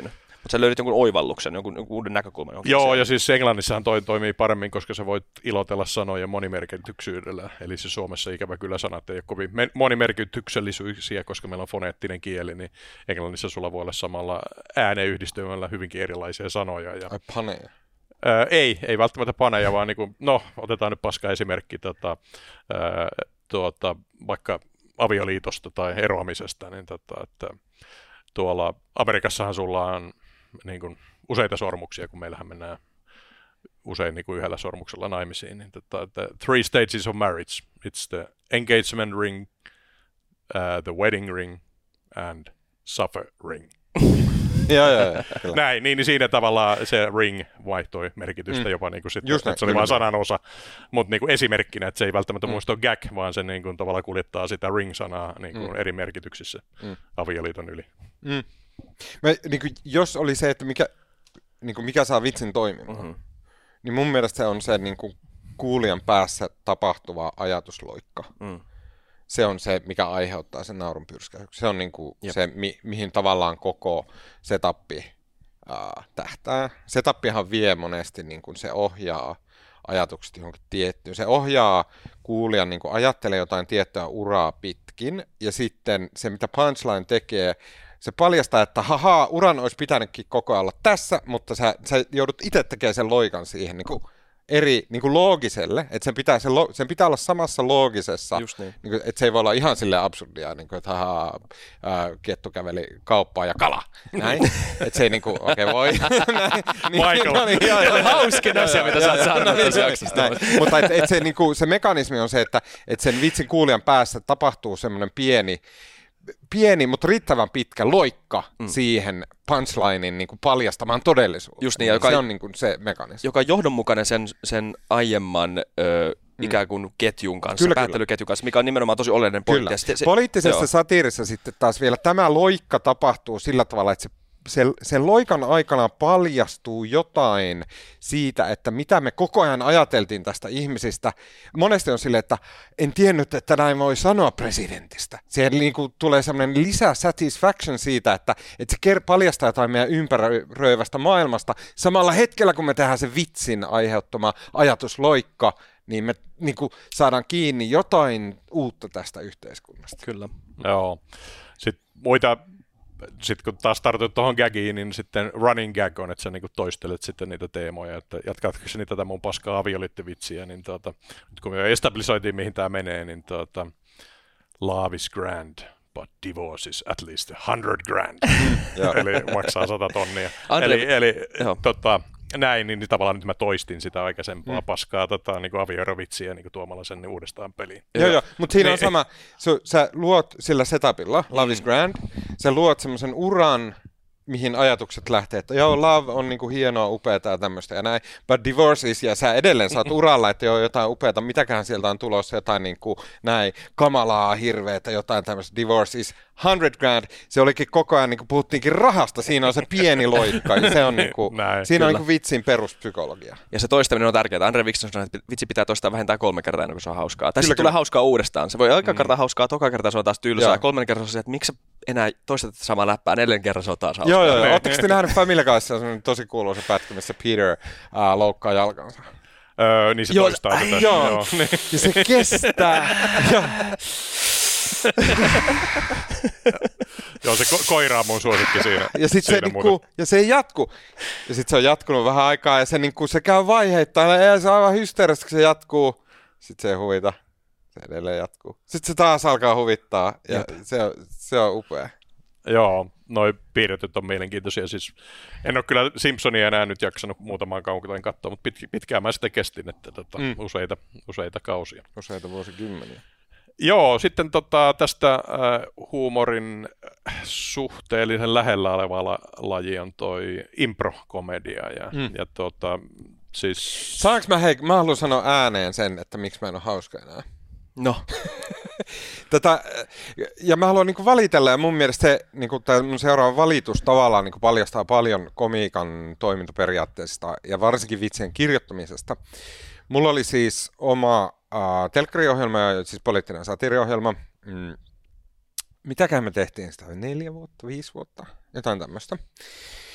Mutta sä löydät jonkun oivalluksen, jonkun, jonkun uuden näkökulman. Joo, siellä. ja siis Englannissahan toi toimii paremmin, koska sä voit ilotella sanoja monimerkityksyydellä. Eli siis Suomessa ikävä kyllä sanat ei ole kovin monimerkityksellisyyksiä, koska meillä on foneettinen kieli, niin Englannissa sulla voi olla samalla ääneyhdistelmällä hyvinkin erilaisia sanoja. Ja... Ai paneja. Ää, ei, ei välttämättä paneja, vaan niin kuin, no, otetaan nyt paska esimerkki tota, ää, tuota, vaikka avioliitosta tai eroamisesta, niin tota, että tuolla Amerikassahan sulla on niin kuin, useita sormuksia, kun meillähän mennään usein niin kuin yhdellä sormuksella naimisiin. Niin, tota, the three stages of marriage. It's the engagement ring, uh, the wedding ring and suffer ring. Joo, joo, joo, kyllä. Näin, niin, niin siinä tavallaan se ring vaihtoi merkitystä mm. jopa niin kuin sitten, Just että se oli vain sanan osa, mutta niin kuin esimerkkinä, että se ei välttämättä mm. muista ole gag, vaan se niin kuin tavallaan kuljettaa sitä ring-sanaa niin kuin mm. eri merkityksissä mm. avioliiton yli. Mm. Mä, niin kuin, jos oli se, että mikä, niin kuin mikä saa vitsin toimimaan, mm-hmm. niin mun mielestä se on se niin kuin kuulijan päässä tapahtuva ajatusloikka. Mm. Se on se, mikä aiheuttaa sen naurun pyrskäyksen. Se on niin kuin se, mi- mihin tavallaan koko setappi ää, tähtää. Setappihan vie monesti, niin kuin se ohjaa ajatukset johonkin tiettyyn. Se ohjaa kuulijan niin kuin ajattelee jotain tiettyä uraa pitkin, ja sitten se, mitä punchline tekee, se paljastaa, että haha, uran olisi pitänytkin koko ajan olla tässä, mutta sä, sä joudut itse tekemään sen loikan siihen niin kuin eri niin kuin loogiselle, että sen pitää, sen, lo, sen pitää olla samassa loogisessa, niin. Niin kuin, että se ei voi olla ihan silleen absurdia, niin kuin, että haha, ää, kettu käveli kauppaan ja kala, näin, että se ei niin kuin, okei okay, voi, näin. Michael. No niin, joo, joo, hauskin asia, mitä sä oot saanut tässä jaksosta. Mutta et, et se, niin kuin, se mekanismi on se, että et sen vitsin kuulijan päässä tapahtuu semmoinen pieni, pieni, mutta riittävän pitkä loikka mm. siihen punchlinein niin kuin paljastamaan todellisuutta. Just niin, joka, se on niin kuin se mekanismi. Joka on johdonmukainen sen, sen aiemman ö, mm. ikään kuin ketjun kanssa, kyllä, päättelyketjun kanssa, mikä on nimenomaan tosi oleellinen pointti. Se, se, Poliittisessa joo. satiirissa sitten taas vielä tämä loikka tapahtuu sillä tavalla, että se Sen, sen loikan aikana paljastuu jotain siitä, että mitä me koko ajan ajateltiin tästä ihmisistä. Monesti on silleen, että en tiennyt, että näin voi sanoa presidentistä. Siihen niin kuin tulee semmoinen lisäsatisfaction siitä, että, että se paljastaa jotain meidän ympäröivästä maailmasta. Samalla hetkellä, kun me tehdään se vitsin aiheuttama ajatusloikka, niin me niin kuin saadaan kiinni jotain uutta tästä yhteiskunnasta. Kyllä. Joo. Sitten muita... Sitten kun taas tartut tuohon gagiin, niin sitten running gag on, että sä niinku toistelet sitten niitä teemoja, että jatkaatko sä niitä tätä mun paskaa avioliittovitsiä, niin tuota, nyt kun me establisoitiin, mihin tämä menee, niin tuota, love is grand, but divorce is at least a hundred grand, eli maksaa sata tonnia. Andre, eli eli tota, näin, niin, niin tavallaan nyt mä toistin sitä aikaisempaa mm. paskaa tota, niin avioerovitsiä niin tuomalla sen niin uudestaan peliin. Joo, joo, mutta siinä on sama, so, sä luot sillä setupilla, Love is Grand, sä luot semmoisen uran, mihin ajatukset lähtee, että joo, love on niinku hienoa, upeata ja tämmöistä ja näin, but divorce is, ja sä edelleen saat uralla, että joo, jotain upeata, mitäkään sieltä on tulossa, jotain niinku näin, kamalaa, hirveetä, jotain tämmöistä, divorce is hundred grand, se olikin koko ajan, niinku puhuttiinkin rahasta, siinä on se pieni loikka, ja se on niinku, näin, siinä kyllä. on niinku vitsin peruspsykologia. Ja se toistaminen on tärkeää. Andre Wikström sanoi, että vitsi pitää toistaa vähintään kolme kertaa ennen kuin se on hauskaa. Tässä tulee hauskaa uudestaan. Se voi aika mm. kertaa hauskaa, toka kertaa se on taas tylsää, ja kolmannen kertaa se, että miksi enää toistat samaa läppää, neljän kerran se on taas hauskaa. Joo, joo, joo. Oletteko te nähnyt Family Guyssa on tosi kuuluisa pätkä, missä Peter uh, loukkaa jalkansa? Öö, niin se joo, toistaa äh, tätä. Joo, joo. Ja se kestää. Joo, se ko- koira on mun suosikki siinä. Ja sit se, niinku, ja se ei jatku. Ja sitten se on jatkunut vähän aikaa ja se, niinku, se käy vaiheittain ja se on aivan hysteeristä, kun se jatkuu. Sitten se ei huvita. Se edelleen jatkuu. Sitten se taas alkaa huvittaa ja se on, se on upea. Joo, noi piirretyt on mielenkiintoisia. Siis en ole kyllä Simpsonia enää nyt jaksanut muutamaan kauan katsoa, mutta pit, pitkään mä sitä kestin, että tota, mm. useita, useita kausia. Useita vuosikymmeniä. Joo, sitten tota, tästä äh, huumorin suhteellisen lähellä oleva la- laji on toi improkomedia. Ja, mm. ja tota, siis... Saanko mä, hei, mä haluan sanoa ääneen sen, että miksi mä en ole hauska enää. No. Tätä, ja mä haluan niin kuin valitella, ja mun mielestä se, niin kuin tämä mun seuraava valitus tavallaan niin kuin paljastaa paljon komiikan toimintaperiaatteesta, ja varsinkin vitsien kirjoittamisesta. Mulla oli siis oma äh, telkkariohjelma, siis poliittinen satiiriohjelma. Mm. Mitäkään me tehtiin sitä? Neljä vuotta, viisi vuotta, jotain tämmöistä.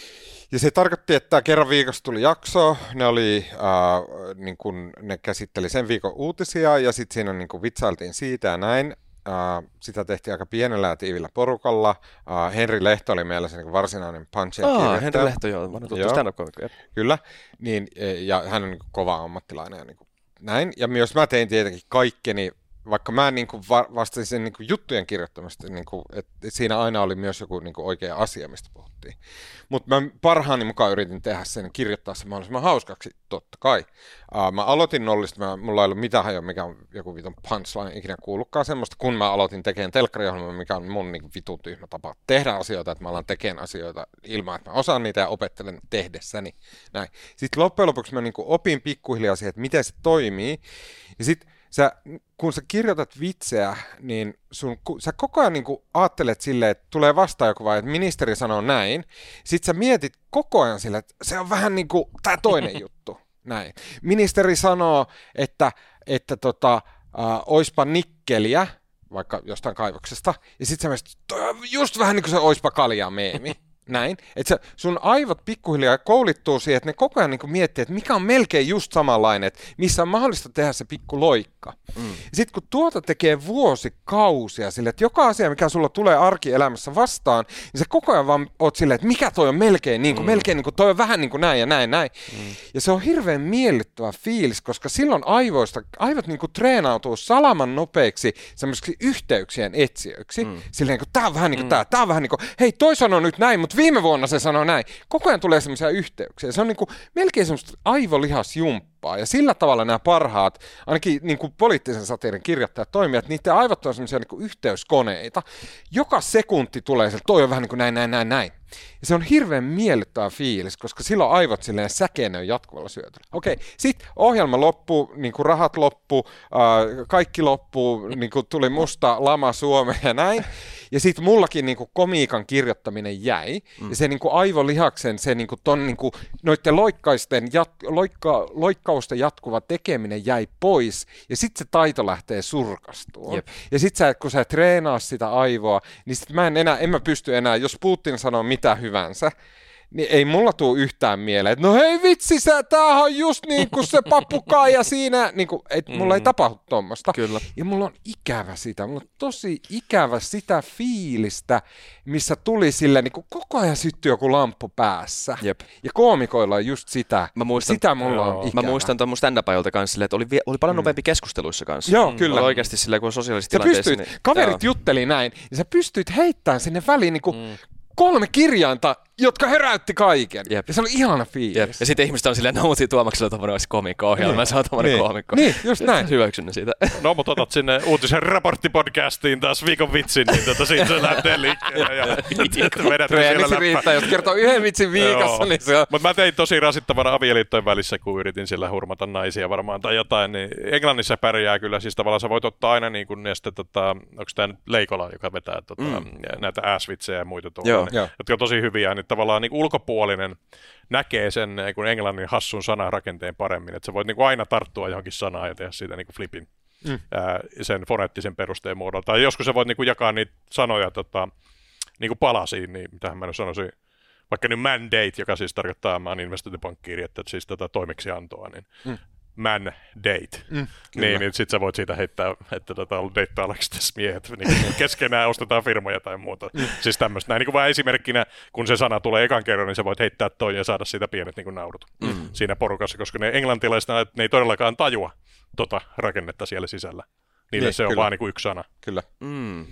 Ja se tarkoitti, että kerran viikossa tuli jakso, ne, oli, äh, niin kun, ne käsitteli sen viikon uutisia ja sitten siinä niin kun vitsailtiin siitä ja näin. Äh, sitä tehtiin aika pienellä ja tiivillä porukalla. Äh, Henri Lehto oli meillä se niin varsinainen punch and kirjoittaja. Henri Lehto, joo, mä oon tuttu stand-up-komikko. Kyllä, niin, ja hän on niin kova ammattilainen ja niin näin. Ja myös mä tein tietenkin kaikkeni, vaikka mä niin kuin vastasin sen niin kuin juttujen kirjoittamista, niin kuin, että siinä aina oli myös joku niin kuin oikea asia, mistä puhuttiin. Mutta mä parhaani mukaan yritin tehdä sen, kirjoittaa sen mahdollisimman hauskaksi, totta kai. Uh, mä aloitin nollista, mä, mulla ei ollut mitään hajoa, mikä on joku vitun punchline, ikinä kuullutkaan semmoista, kun mä aloitin tekemään telkkariohjelmaa, mikä on mun niin kuin vitun tyhmä tapa tehdä asioita, että mä alan tekemään asioita ilman, että mä osaan niitä ja opettelen tehdessäni. Näin. Sitten loppujen lopuksi mä niin kuin opin pikkuhiljaa siihen, että miten se toimii, ja sitten Sä, kun sä kirjoitat vitseä, niin sun, sä koko ajan niin kuin ajattelet silleen, että tulee vastaan joku vai, että ministeri sanoo näin. Sitten sä mietit koko ajan silleen, että se on vähän niin kuin tämä toinen juttu. Näin. Ministeri sanoo, että, että tota, äh, oispa nikkeliä, vaikka jostain kaivoksesta. Ja sitten sä mietit, toi on just vähän niin kuin se oispa kaljaa meemi. Näin, että sun aivot pikkuhiljaa koulittuu siihen, että ne koko ajan niin miettii, että mikä on melkein just samanlainen, että missä on mahdollista tehdä se pikku loikka. Mm. Sitten kun tuota tekee vuosikausia sille, että joka asia, mikä sulla tulee arkielämässä vastaan, niin sä koko ajan vaan oot silleen, että mikä toi on melkein niin kuin, mm. melkein niin kuin, toi on vähän niin kuin näin ja näin, näin. Mm. Ja se on hirveän miellyttävä fiilis, koska silloin aivoista, aivot niin kuin treenautuu salaman nopeiksi semmoisiksi yhteyksien etsijöiksi. Mm. Silleen, että tää on vähän niin kuin mm. tää, tää on vähän niin kuin, hei toi sanoo nyt näin, mutta viime vuonna se sanoi näin. Koko ajan tulee semmoisia yhteyksiä. Se on niin kuin melkein semmoista aivolihasjumppaa. Ja sillä tavalla nämä parhaat, ainakin niin kuin poliittisen satiirin kirjoittajat toimii, että niiden aivot on semmoisia niin kuin yhteyskoneita. Joka sekunti tulee se, toi on vähän niin kuin näin, näin, näin, näin. Ja se on hirveän miellyttävä fiilis, koska silloin aivot silleen säkenöi jatkuvalla syötöllä. Okei, sitten ohjelma loppuu, niin kuin rahat loppuu, äh, kaikki loppuu, niin kuin tuli musta lama Suomeen ja näin. Ja sitten mullakin niin kuin komiikan kirjoittaminen jäi. Mm. Ja se niin kuin aivolihaksen, se niin kuin ton, niin kuin, noiden loikkaisten, jat, loikka, loikkausten jatkuva tekeminen jäi pois. Ja sitten se taito lähtee surkastumaan. Jep. Ja sitten kun sä treenaa sitä aivoa, niin sit mä en enää, en mä pysty enää, jos Putin sanoo mitä hyvänsä, niin ei mulla tuu yhtään mieleen, että no hei vitsi, sä, tämähän on just niin kuin se papukaija siinä, niin kuin, että mulla mm. ei tapahdu tuommoista. Ja mulla on ikävä sitä, mulla on tosi ikävä sitä fiilistä, missä tuli sille, niin kuin koko ajan syttyi joku lamppu päässä. Jep. Ja koomikoilla on just sitä, mä muistan, sitä mulla on ikävä. Mä muistan tuon mun stand-up-ajolta kanssa silleen, että oli, oli paljon nopeampi mm. keskusteluissa kanssa. Joo, kyllä. Oli oikeasti silleen, kun sosiaalisissa tilanteissa. Pystyit, niin, kaverit joo. jutteli näin, ja sä pystyit heittämään sinne väliin niin kuin mm. kolme kirjainta, jotka heräytti kaiken. Jep. Ja se oli ihana fiilis. Jep. Ja sitten ihmiset on silleen, no mutta Tuomaksella on tommoinen komikko-ohjelma, niin. Se on tommoinen niin. koomikko. Niin, just näin. Hyväksynnä siitä. No, mutta otat sinne uutisen raporttipodcastiin taas viikon vitsin, niin tota, siitä se lähtee liikkeelle. Ja treeniksi riittää, jos kertoo yhden vitsin viikossa, niin se on. Mutta mä tein tosi rasittavana avioliittojen välissä, kun yritin sillä hurmata naisia varmaan tai jotain, niin Englannissa pärjää kyllä. Siis tavallaan sä voit ottaa aina niin kuin, ja sitten, tota, onko tämä nyt Leikola, joka vetää tota, mm. näitä ass-vitsejä ja muita tuolla, niin, jotka on tosi hyviä, niin tavallaan niin ulkopuolinen näkee sen niin kuin englannin hassun sanarakenteen paremmin, että sä voit niin kuin aina tarttua johonkin sanaan ja tehdä siitä niin kuin flipin mm. ää, sen foneettisen perusteen muodolla. Tai joskus sä voit niin kuin jakaa niitä sanoja tota, niin kuin palasiin, niin mitähän mä nyt sanoisin, vaikka nyt mandate, joka siis tarkoittaa, mä oon investointipankkiiri, että siis tota toimeksiantoa, niin mm. man date, mm, niin, niin sit sä voit siitä heittää, että tota, on deittaalaksi tässä miehet, niin keskenään ostetaan firmoja tai muuta. Mm. Siis tämmöistä. Näin niin kuin vain esimerkkinä, kun se sana tulee ekan kerran, niin sä voit heittää toi ja saada siitä pienet niin kuin naurut mm. siinä porukassa, koska ne englantilaiset, ne ei todellakaan tajua tota rakennetta siellä sisällä. Niille niin, se on kyllä. vaan niin kuin yksi sana. Kyllä. Mm.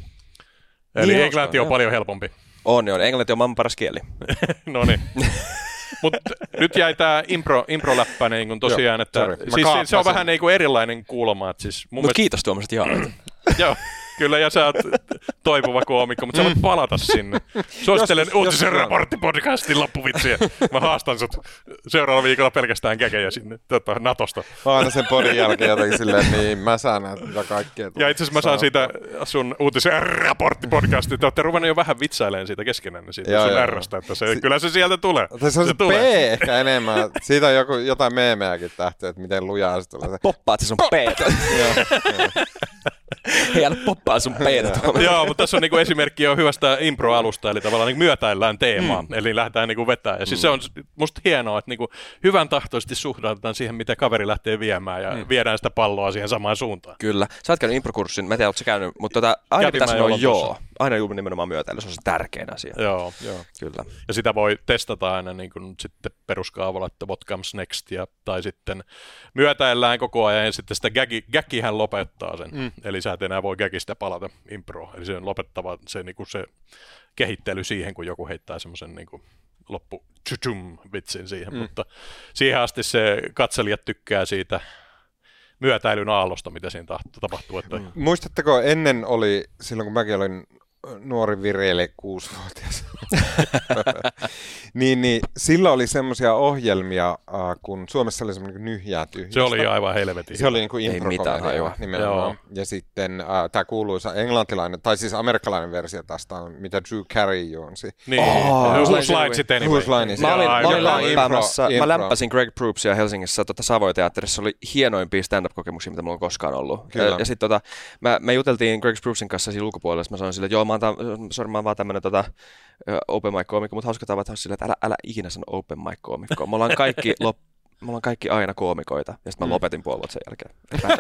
Eli niin englanti on, on paljon helpompi. On, on. Englanti on maailman paras kieli. No niin. Mutta nyt jäi tämä impro, impro-läppä niin kun tosiaan, että siis se on vähän niin kuin erilainen kuuloma. Siis mutta mielestä... kiitos Tuomas, että Joo, kyllä, ja sä oot toipuva koomikko, mutta sä voit palata sinne. Suosittelen uutisen raporttipodcastin loppuvitsiä. Mä haastan sut seuraavalla viikolla pelkästään käkejä sinne tota, Natosta. Aina sen podin jälkeen jotenkin silleen, niin mä saan näitä kaikkea. Ja itse asiassa mä saan siitä sun uutisen raporttipodcastia. Te ootte ruvennut jo vähän vitsailemaan siitä keskenään siitä joo, sun joo. R:stä, että se, si- kyllä se sieltä tulee. Se on se, se P ehkä enemmän. Siitä on joku, jotain meemeäkin tähty, että miten lujaa se tulee. Poppaat se sun P. Hei, älä poppaa sun peenat. Joo, mutta tässä on niinku esimerkki jo hyvästä impro-alusta, eli tavallaan niinku myötäillään teemaa, mm. eli lähdetään niinku vetämään. Ja siis mm. se on musta hienoa, että niinku hyvän tahtoisesti suhtaudutaan siihen, mitä kaveri lähtee viemään, ja mm. viedään sitä palloa siihen samaan suuntaan. Kyllä. Sä oot käynyt improkurssin, mä en tiedä, ootko sä käynyt, mutta tota, aina Kävin pitää mä sanoa jo joo. lopussa. Aina juuri nimenomaan myötäillä, se on se tärkein asia. Joo, joo. Kyllä. Ja sitä voi testata aina niin kuin sitten peruskaavalla, että what comes next, ja, tai sitten myötäillään koko ajan, ja sitten sitä gaggi, gaggihän lopettaa sen. Mm. Eli sä et enää voi gaggista palata improon. Eli se on lopettava se, niin kuin se kehittely siihen, kun joku heittää semmoisen niin kuin loppu tchuchum vitsin siihen. Mm. Mutta siihen asti se katselijat tykkää siitä myötäilyn aallosta, mitä siinä tapahtuu. Että... Mm. Muistatteko, ennen oli, silloin kun mäkin olin nuori vireille kuusivuotias, niin, niin silloin oli semmoisia ohjelmia, äh, kun Suomessa oli semmoinen nyhjää tyhjästä. Se oli aivan helvetin. Se oli niin kuin improkomedia nimenomaan. Ja sitten äh, tämä kuuluisa englantilainen, tai siis amerikkalainen versio tästä on, mitä Drew Carey juonsi. Niin, oh, Whose Line It Anyway. Whose Line It Mä olin, mä olin lämpäämässä, impro, mä lämpäsin Greg Proopsia Helsingissä tota Savoy-teatterissa. Se oli hienoimpia stand-up-kokemuksia, mitä mulla on koskaan ollut. Kyllä. Ja, ja sitten tota, me juteltiin Greg Proopsin kanssa siinä ulkopuolella, mä sanoin sille, että joo, mä oon, ta- sorry, mä oon vaan tämmönen tota, open mic-koomikko, mutta hauska tavata sille, että älä, älä ikinä sano open mic-koomikkoa. Me ollaan kaikki, lop, me ollaan kaikki aina koomikoita, ja sitten mä lopetin puolueet sen jälkeen.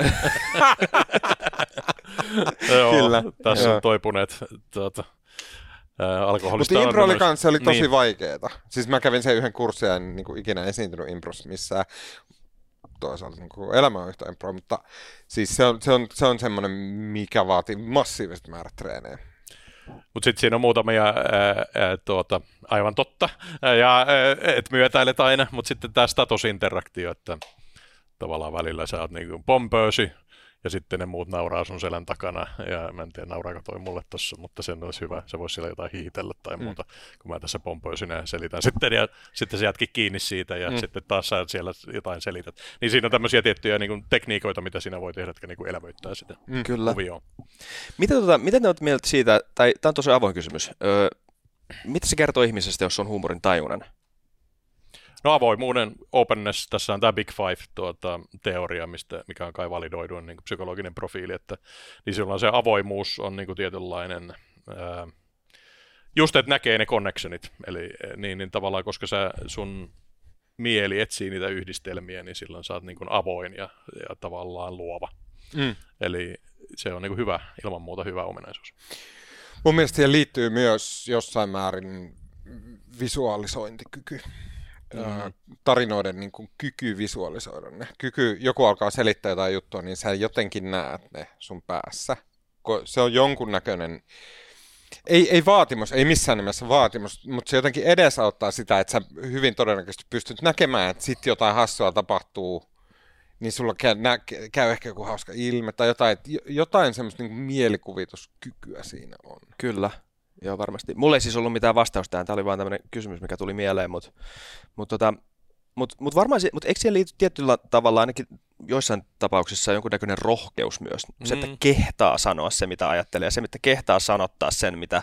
Joo, Kyllä. Tässä Joo. on toipuneet tuota, alkoholista. Mutta impro oli kanssa, se oli tosi niin. vaikeeta. Siis mä kävin sen yhden kurssin ja en niin kuin ikinä esiintynyt impros missään. Toisaalta niin kuin elämä on yhtä impro, mutta siis se on, se on, se on semmoinen, mikä vaatii massiiviset määrät treenejä. Mutta sitten siinä on muutamia, ää, ää, tuota, aivan totta, ja et myötäilet aina, mutta sitten tämä statusinteraktio, että tavallaan välillä sä oot niinku pompöösi, ja sitten ne muut nauraa sun selän takana, ja mä en tiedä nauraako toi mulle tossa, mutta sen olisi hyvä, se voisi siellä jotain hiitellä tai Mm. muuta, kun mä tässä pompöösinä selitän sitten, ja sitten sä jatkin kiinni siitä, ja mm. sitten taas sä siellä jotain selität. Niin siinä on tämmöisiä tiettyjä niin kuin, tekniikoita, mitä siinä voi tehdä, jotka niin kuin elämöittää sitä Mm. Kyllä. kuvioon. Mitä, tota, mitä te olette mieltä siitä, tai tämä on tosi avoin kysymys, öö, mitä se kertoo ihmisestä, jos on huumorin tajuinen? No avoimuuden openness, tässä on tämä Big Five-teoria, mistä, mikä on kai validoidu niin kuin psykologinen profiili, että niin silloin se avoimuus on niin kuin tietynlainen, ää, just että näkee ne connectionit, eli niin, niin tavallaan, koska sä, sun mieli etsii niitä yhdistelmiä, niin silloin sä oot niin kuin avoin ja, ja tavallaan luova. Mm. Eli se on niin kuin hyvä, ilman muuta hyvä ominaisuus. Mun mielestä siihen liittyy myös jossain määrin visualisointikyky. Mm-hmm. Tarinoiden niin kuin, kyky visualisoida ne. Kyky, joku alkaa selittää jotain juttua, niin sä jotenkin näet ne sun päässä. Se on jonkunnäköinen, ei, ei vaatimus, ei missään nimessä vaatimus, mutta se jotenkin edesauttaa sitä, että sä hyvin todennäköisesti pystyt näkemään, että sitten jotain hassua tapahtuu, niin sulla käy, nä, käy ehkä joku hauska ilme tai jotain, että jotain semmoista niin kuin mielikuvituskykyä siinä on. Kyllä. Joo, varmasti. Mulla ei siis ollut mitään vastausta tähän. Tämä oli vaan tämmöinen kysymys, mikä tuli mieleen, mutta mut, tota, mut, mut varmaan, mut eikö siihen liity tietyllä tavalla ainakin joissain tapauksissa jonkunnäköinen rohkeus myös? Mm. Se, että kehtaa sanoa se, mitä ajattelee, ja se, että kehtaa sanottaa sen, mitä...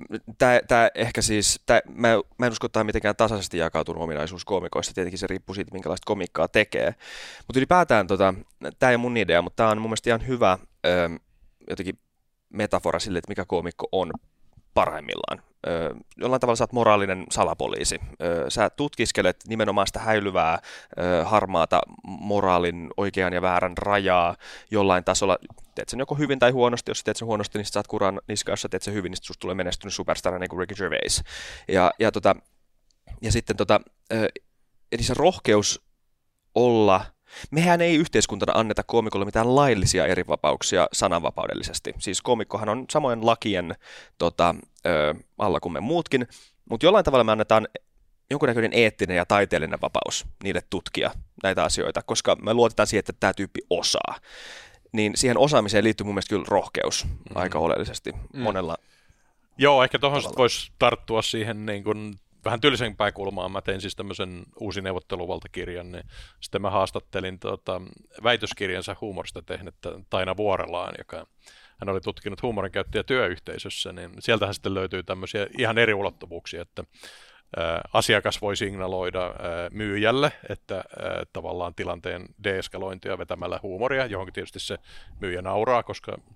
Tämä ehkä siis... Tää, mä, mä en usko, että tämä on mitenkään tasaisesti jakautunut ominaisuus koomikoista. Tietenkin se riippuu siitä, minkälaista komikkaa tekee. Mutta ylipäätään, tota, tämä ei ole mun idea, mutta tämä on mun mielestä ihan hyvä ö, jotenkin metafora sille, että mikä koomikko on parhaimmillaan. Ö, jollain tavalla sä oot moraalinen salapoliisi. Ö, sä tutkiskelet nimenomaan sitä häilyvää, ö, harmaata moraalin oikean ja väärän rajaa jollain tasolla. Teet sen joko hyvin tai huonosti. Jos sä teet sen huonosti, niin sä saat kuran niskaan. Jos sä teet sen hyvin, niin susta tulee menestynyt superstara niin kuin Ricky Gervais. Ja, ja, tota, ja sitten tota, ö, eli se rohkeus olla... Mehän ei yhteiskuntana anneta koomikolle mitään laillisia erivapauksia sananvapaudellisesti. Siis koomikkohan on samojen lakien tota, ö, alla kuin me muutkin, mutta jollain tavalla me annetaan jonkunnäköinen eettinen ja taiteellinen vapaus niille tutkia näitä asioita, koska me luotetaan siihen, että tämä tyyppi osaa. Niin siihen osaamiseen liittyy mun mielestä kyllä rohkeus mm. aika oleellisesti mm. monella. Joo, ehkä tuohon voisi tarttua siihen niin kuin vähän tylsempään kulmaan. Mä tein siis tämmöisen uusi neuvotteluvaltakirjan, niin sitten mä haastattelin tuota, väitöskirjansa huumorista tehnettä Taina Vuorelaan, joka hän oli tutkinut huumorin käyttöä työyhteisössä, niin sieltähän sitten löytyy tämmöisiä ihan eri ulottuvuuksia, että ä, asiakas voi signaloida ä, myyjälle, että ä, tavallaan tilanteen deeskalointia vetämällä huumoria, johonkin tietysti se myyjä nauraa, koska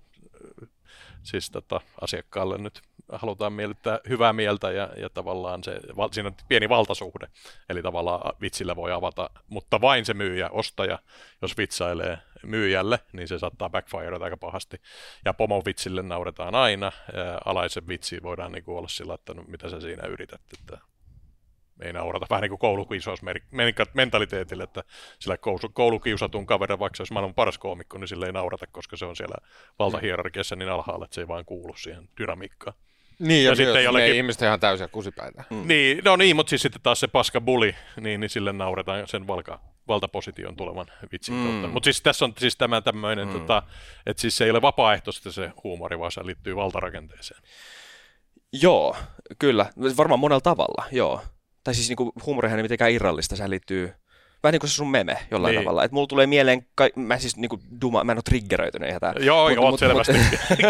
siis tota, asiakkaalle nyt halutaan miellyttää hyvää mieltä ja, ja tavallaan se, siinä on pieni valtasuhde, eli tavallaan vitsillä voi avata, mutta vain se myyjä, ostaja, jos vitsailee myyjälle, niin se saattaa backfireata aika pahasti. Ja pomon vitsille nauretaan aina, ja alaisen vitsiin voidaan niin kuin olla sillä, että no, mitä sä siinä yrität, että ei naurata. Vähän niin kuin koulukiusausmentaliteetille, että sillä koulukiusatun kaverin, vaikka se olisi maailman paras koomikko, niin sille ei naurata, koska se on siellä valtahierarkiassa niin alhaalla, että se ei vaan kuulu siihen dynamiikkaan. Niin, ja, ja sitten jollekin... ne ihmiset ihan täysiä kusipäitä. Mm. Niin, no niin, mutta siis sitten taas se paska bully, niin, niin sille nauretaan sen valka, valtaposition tulevan vitsin mm. kautta. Mutta siis tässä on siis tämä tämmöinen, mm. tota, että siis se ei ole vapaaehtoista se huumori, vaan se liittyy valtarakenteeseen. Joo, kyllä. Varmaan monella tavalla, joo. Tai siis niinku huumorihan ei mitenkään irrallista, sehän liittyy vähän niin kuin se sun meme jollain niin. tavalla. Että mulla tulee mieleen, ka- mä siis niinku duma, mä en ole triggeröitynyt ihan tää. Joo, mut, oot mut, selvästi. Mut...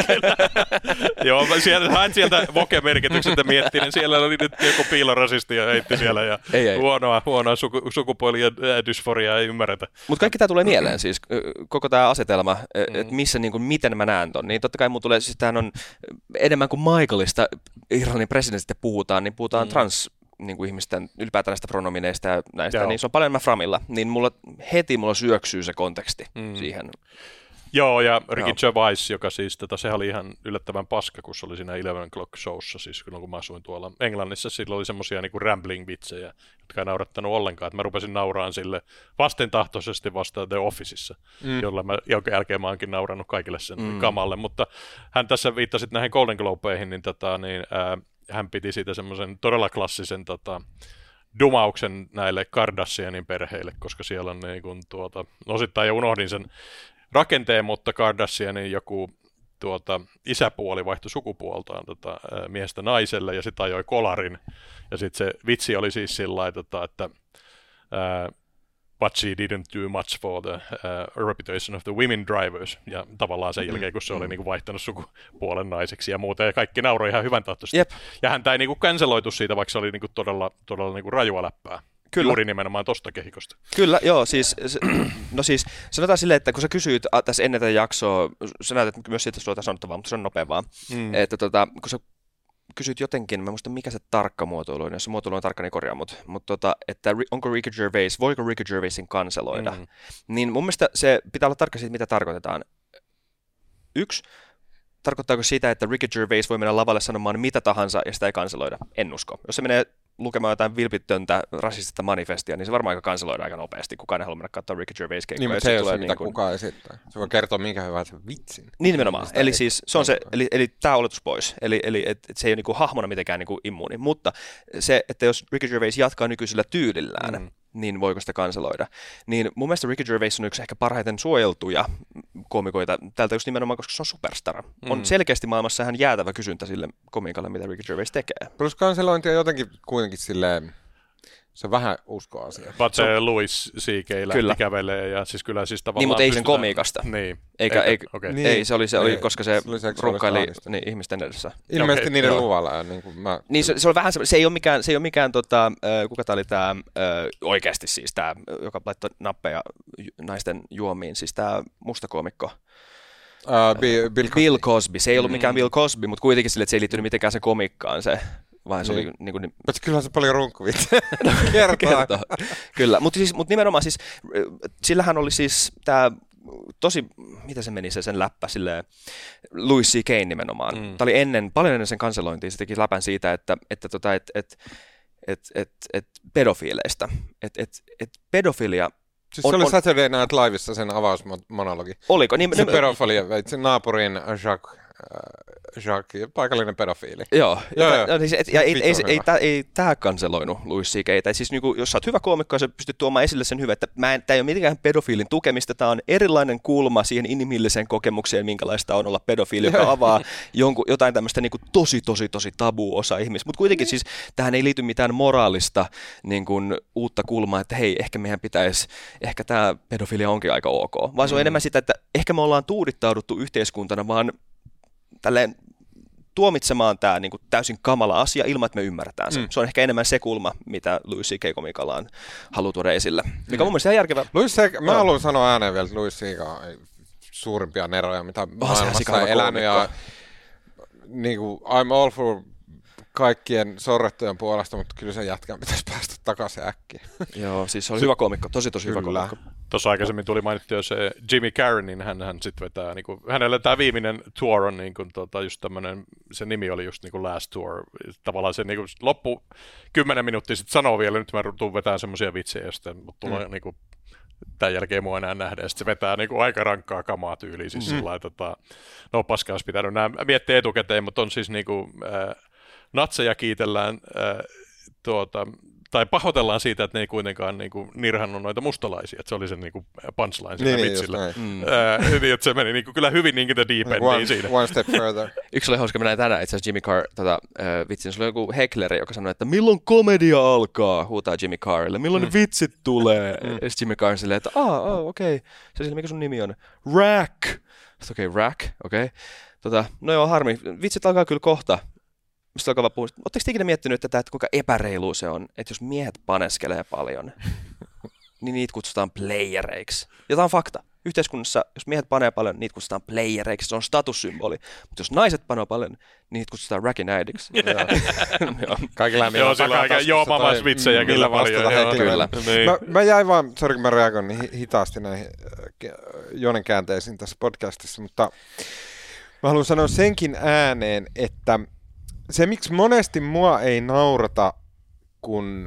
Joo, sieltä, hän sieltä voke-merkitykseltä miettii, niin siellä oli nyt joku piilorasisti ja heitti siellä ja ei, ei. huonoa, huonoa suku, sukupuoli- ja dysforiaa ei ymmärretä. Mutta kaikki tää tulee mieleen siis, koko tää asetelma, mm. että missä niinku, miten mä näen ton. Niin totta kai mulla tulee, siis tämähän on enemmän kuin Michaelista, Irlannin presidentistä puhutaan, niin puhutaan mm. trans niin kuin ihmisten ylipäätään näistä pronomineista ja näistä, Joo. niin se on paljon enemmän framilla, niin mulla heti mulla syöksyy se konteksti mm. siihen. Joo, ja Ricky Joo. Gervais, joka siis, tota, sehän oli ihan yllättävän paska, kun se oli siinä Eleven O'Clock Showssa, siis kun mä asuin tuolla Englannissa, sillä oli semmosia niinku rambling-vitsejä, jotka ei naurattanut ollenkaan, että mä rupesin nauraan sille vastentahtoisesti vasta The Officeissa, mm. jolla mä, jonka jälkeen mä oonkin naurannut kaikille sen mm. kamalle, mutta hän tässä viittasit näihin Golden Globeihin, niin, tota, niin ää, hän piti siitä semmoisen todella klassisen tota, dumauksen näille Kardashianin perheille, koska siellä on niin kuin, tuota, osittain jo unohdin sen rakenteen, mutta Kardashianin joku tuota, isäpuoli vaihtoi sukupuoltaan tota, miestä naiselle ja sitten ajoi kolarin. Ja sitten se vitsi oli siis sillä lailla, tota, että uh, but she didn't do much for the uh, reputation of the women drivers. Ja tavallaan sen jälkeen, kun se oli niinku vaihtanut sukupuolen naiseksi ja muuta. Ja kaikki nauroi ihan hyvän tahtoisesti. Yep. Ja häntä ei niinku canceloitu siitä, vaikka se oli niinku todella, todella niinku rajua läppää. Kyllä. Juuri nimenomaan tosta kehikosta. Kyllä, joo. Siis, no siis sanotaan silleen, että kun sä kysyit tässä ennen tätä jaksoa, sä näytät myös siitä, että sulla on sanottavaa, mutta se on nopeaa. Mm. Että tota, kun sä kysyt jotenkin, mä muistan mikä se tarkka muotoilu on, jos se muotoilu on tarkka, niin korjaa, mutta, mutta tota, että onko Ricky Gervais, voiko Ricky Gervaisin kanseloida, mm. niin mun mielestä se pitää olla tarkka siitä, mitä tarkoitetaan. Yksi, tarkoittaako sitä, että Ricky Gervais voi mennä lavalle sanomaan mitä tahansa ja sitä ei kanseloida? En usko. Jos se menee lukemaan jotain vilpitöntä rasistista manifestia, niin se varmaan aika kanseloida aika nopeasti. Kukaan ei halua mennä katsoa Ricky Gervais keikkoja. Niin, mutta se ei ole se, mitä niin kuin... kukaan esittää. Se voi kertoa minkä hyvän se vitsin. Niin nimenomaan. Eli ei... siis se on se, eli, eli tämä oletus pois. Eli, eli et, et se ei ole niin kuin hahmona mitenkään niin kuin immuuni. Mutta se, että jos Ricky Gervais jatkaa nykyisellä tyylillään, mm. niin voiko sitä kanseloida. Niin mun mielestä Ricky Gervais on yksi ehkä parhaiten suojeltuja komikoita tältä just nimenomaan, koska se on superstar. Mm. On selkeästi maailmassa ihan jäätävä kysyntä sille komikalle, mitä Ricky Gervais tekee. Plus kanselointi on jotenkin kuitenkin silleen, se on vähän uskoasia. But se Louis C K lähti kävelee ja siis kyllä siis tavallaan... Niin, mutta ei sen komiikasta. Niin. Eikä, eikä, okay. niin. Ei, se oli, se oli koska se, se runkkaili niin, ihmisten edessä. Ilmeisesti okay. niiden no. luvalla. Niin, kuin mä... niin se, se on vähän se ei ole mikään, se ei ole mikään tota, äh, kuka tämä oli tämä, äh, oikeasti siis tämä, joka laittoi nappeja naisten juomiin, siis tämä musta koomikko. Uh, Bill, Bill, Cosby. Bill Cosby. Se ei ollut mikään mm. Bill Cosby, mutta kuitenkin sille, että se ei liittynyt mitenkään sen komikkaan se. Vai se niin. oli niin kuin... Mutta kyllähän se paljon runkkuvit. Kertoo. Kyllä, mutta siis, mut nimenomaan siis, sillähän oli siis tämä tosi, mitä se meni se sen läppä, silleen Louis C K nimenomaan. Mm. Tämä oli ennen, paljon ennen sen kanselointia, se teki läpän siitä, että, että, tota, et, et, et, et, et pedofiileista. Että et, et pedofilia... Siis on, se oli on... Saturday Night Livessa sen avausmonologi. Oliko? Niin, se pedofilia, sen naapurin Jacques... Jacques, paikallinen pedofiili. Joo, joo, joo. Ja, et, ja ei, ei, ei, ei, ei tämä kanseloinut Louis C K:tä. Siis niinku, jos sä oot hyvä koomikko ja sä pystyt tuomaan esille sen hyvä, että tämä ei ole mitenkään pedofiilin tukemista, tämä on erilainen kulma siihen inhimilliseen kokemukseen, minkälaista on olla pedofiili, joka avaa jonkun, jotain tämmöistä niinku, tosi, tosi, tosi tabu-osa ihmistä. Mutta kuitenkin siis tähän ei liity mitään moraalista niin kuin, uutta kulmaa, että hei, ehkä meidän pitäisi, ehkä tämä pedofilia onkin aika ok. Vaan se on mm. enemmän sitä, että ehkä me ollaan tuudittauduttu yhteiskuntana vaan tälleen tuomitsemaan tämä niin kuin täysin kamala asia ilman, että me ymmärretään se. Mm. Se on ehkä enemmän se kulma, mitä Louis C K-komikalla haluaa tuoda esille. Mikä mm. mun mielestä ihan järkevä. Louis C K, mä no. haluan sanoa ääneen vielä, että Louis C K on suurimpia neroja, mitä Oh, maailmassa on elänyt. Ja, niin kuin, I'm all for kaikkien sorrettujen puolesta, mutta kyllä sen jätkän pitäisi päästä takaisin äkkiä. Joo, siis se oli hyvä koomikko, tosi tosi hyvä Kyllä. koomikko. Tuossa aikaisemmin tuli mainittu jo se Jimmy Carr, niin hän, hän sitten vetää, niin kuin, hänellä tämä viimeinen tour on niin kuin, tota, just tämmöinen, se nimi oli just niin kuin Last Tour, tavallaan se niin kuin, loppu kymmenen minuuttia sitten sanoo vielä, nyt mä tuun vetämään semmoisia vitsejä, josta tulee mm. niin kuin, tämän jälkeen mua enää nähdä, ja sitten se vetää niin kuin, aika rankkaa kamaa tyyliin, siis mm. sillä tota, no paskaa olisi pitänyt nämä miettiä etukäteen, mutta on siis niin kuin, äh, natseja kiitellään, äh, tuota, tai pahoitellaan siitä, että ne ei kuitenkaan niin kuin, nirhannut noita mustalaisia, että se oli se niin kuin, punchline siinä niin, vitsillä. Niin, mm. äh, niin, että se meni niin kuin, kyllä hyvin niin kuin the deep endiin one, siinä. One step further. Yksi oli hauska, mä näin tänään itse asiassa Jimmy Carr tota, äh, vitsin, se oli joku heckleri, joka sanoi, että milloin komedia alkaa, huutaa Jimmy Carrille, milloin mm. ne vitsit tulee. Mm. Ja sitten Jimmy Carr silleen, että aah, oh, okei, okay. Se sille, mikä sun nimi on? Rack. Okei, okay, Rack, okei. Okay. Tota, no joo, harmi, vitsit alkaa kyllä kohta. Mistä alkaa vaan puhua. Oletteko ikinä miettinyt tätä, että kuinka epäreilu se on, että jos miehet paneskelee paljon, niin niitä kutsutaan playereiksi. Ja tämä on fakta. Yhteiskunnassa, jos miehet panee paljon, niitä kutsutaan playereiksi. Se on statussymboli. Mutta jos naiset panee paljon, niin niitä kutsutaan rackin äidiksi. Kaikilla meillä on takataskussa. Joo, mamas vitsejä kyllä paljon. Kyllä. Niin. Mä, mä jäin vaan, sori kun mä reagoin niin hitaasti näihin Jonen käänteisiin tässä podcastissa, mutta mä haluan sanoa senkin ääneen, että se, miksi monesti mua ei naurata, kun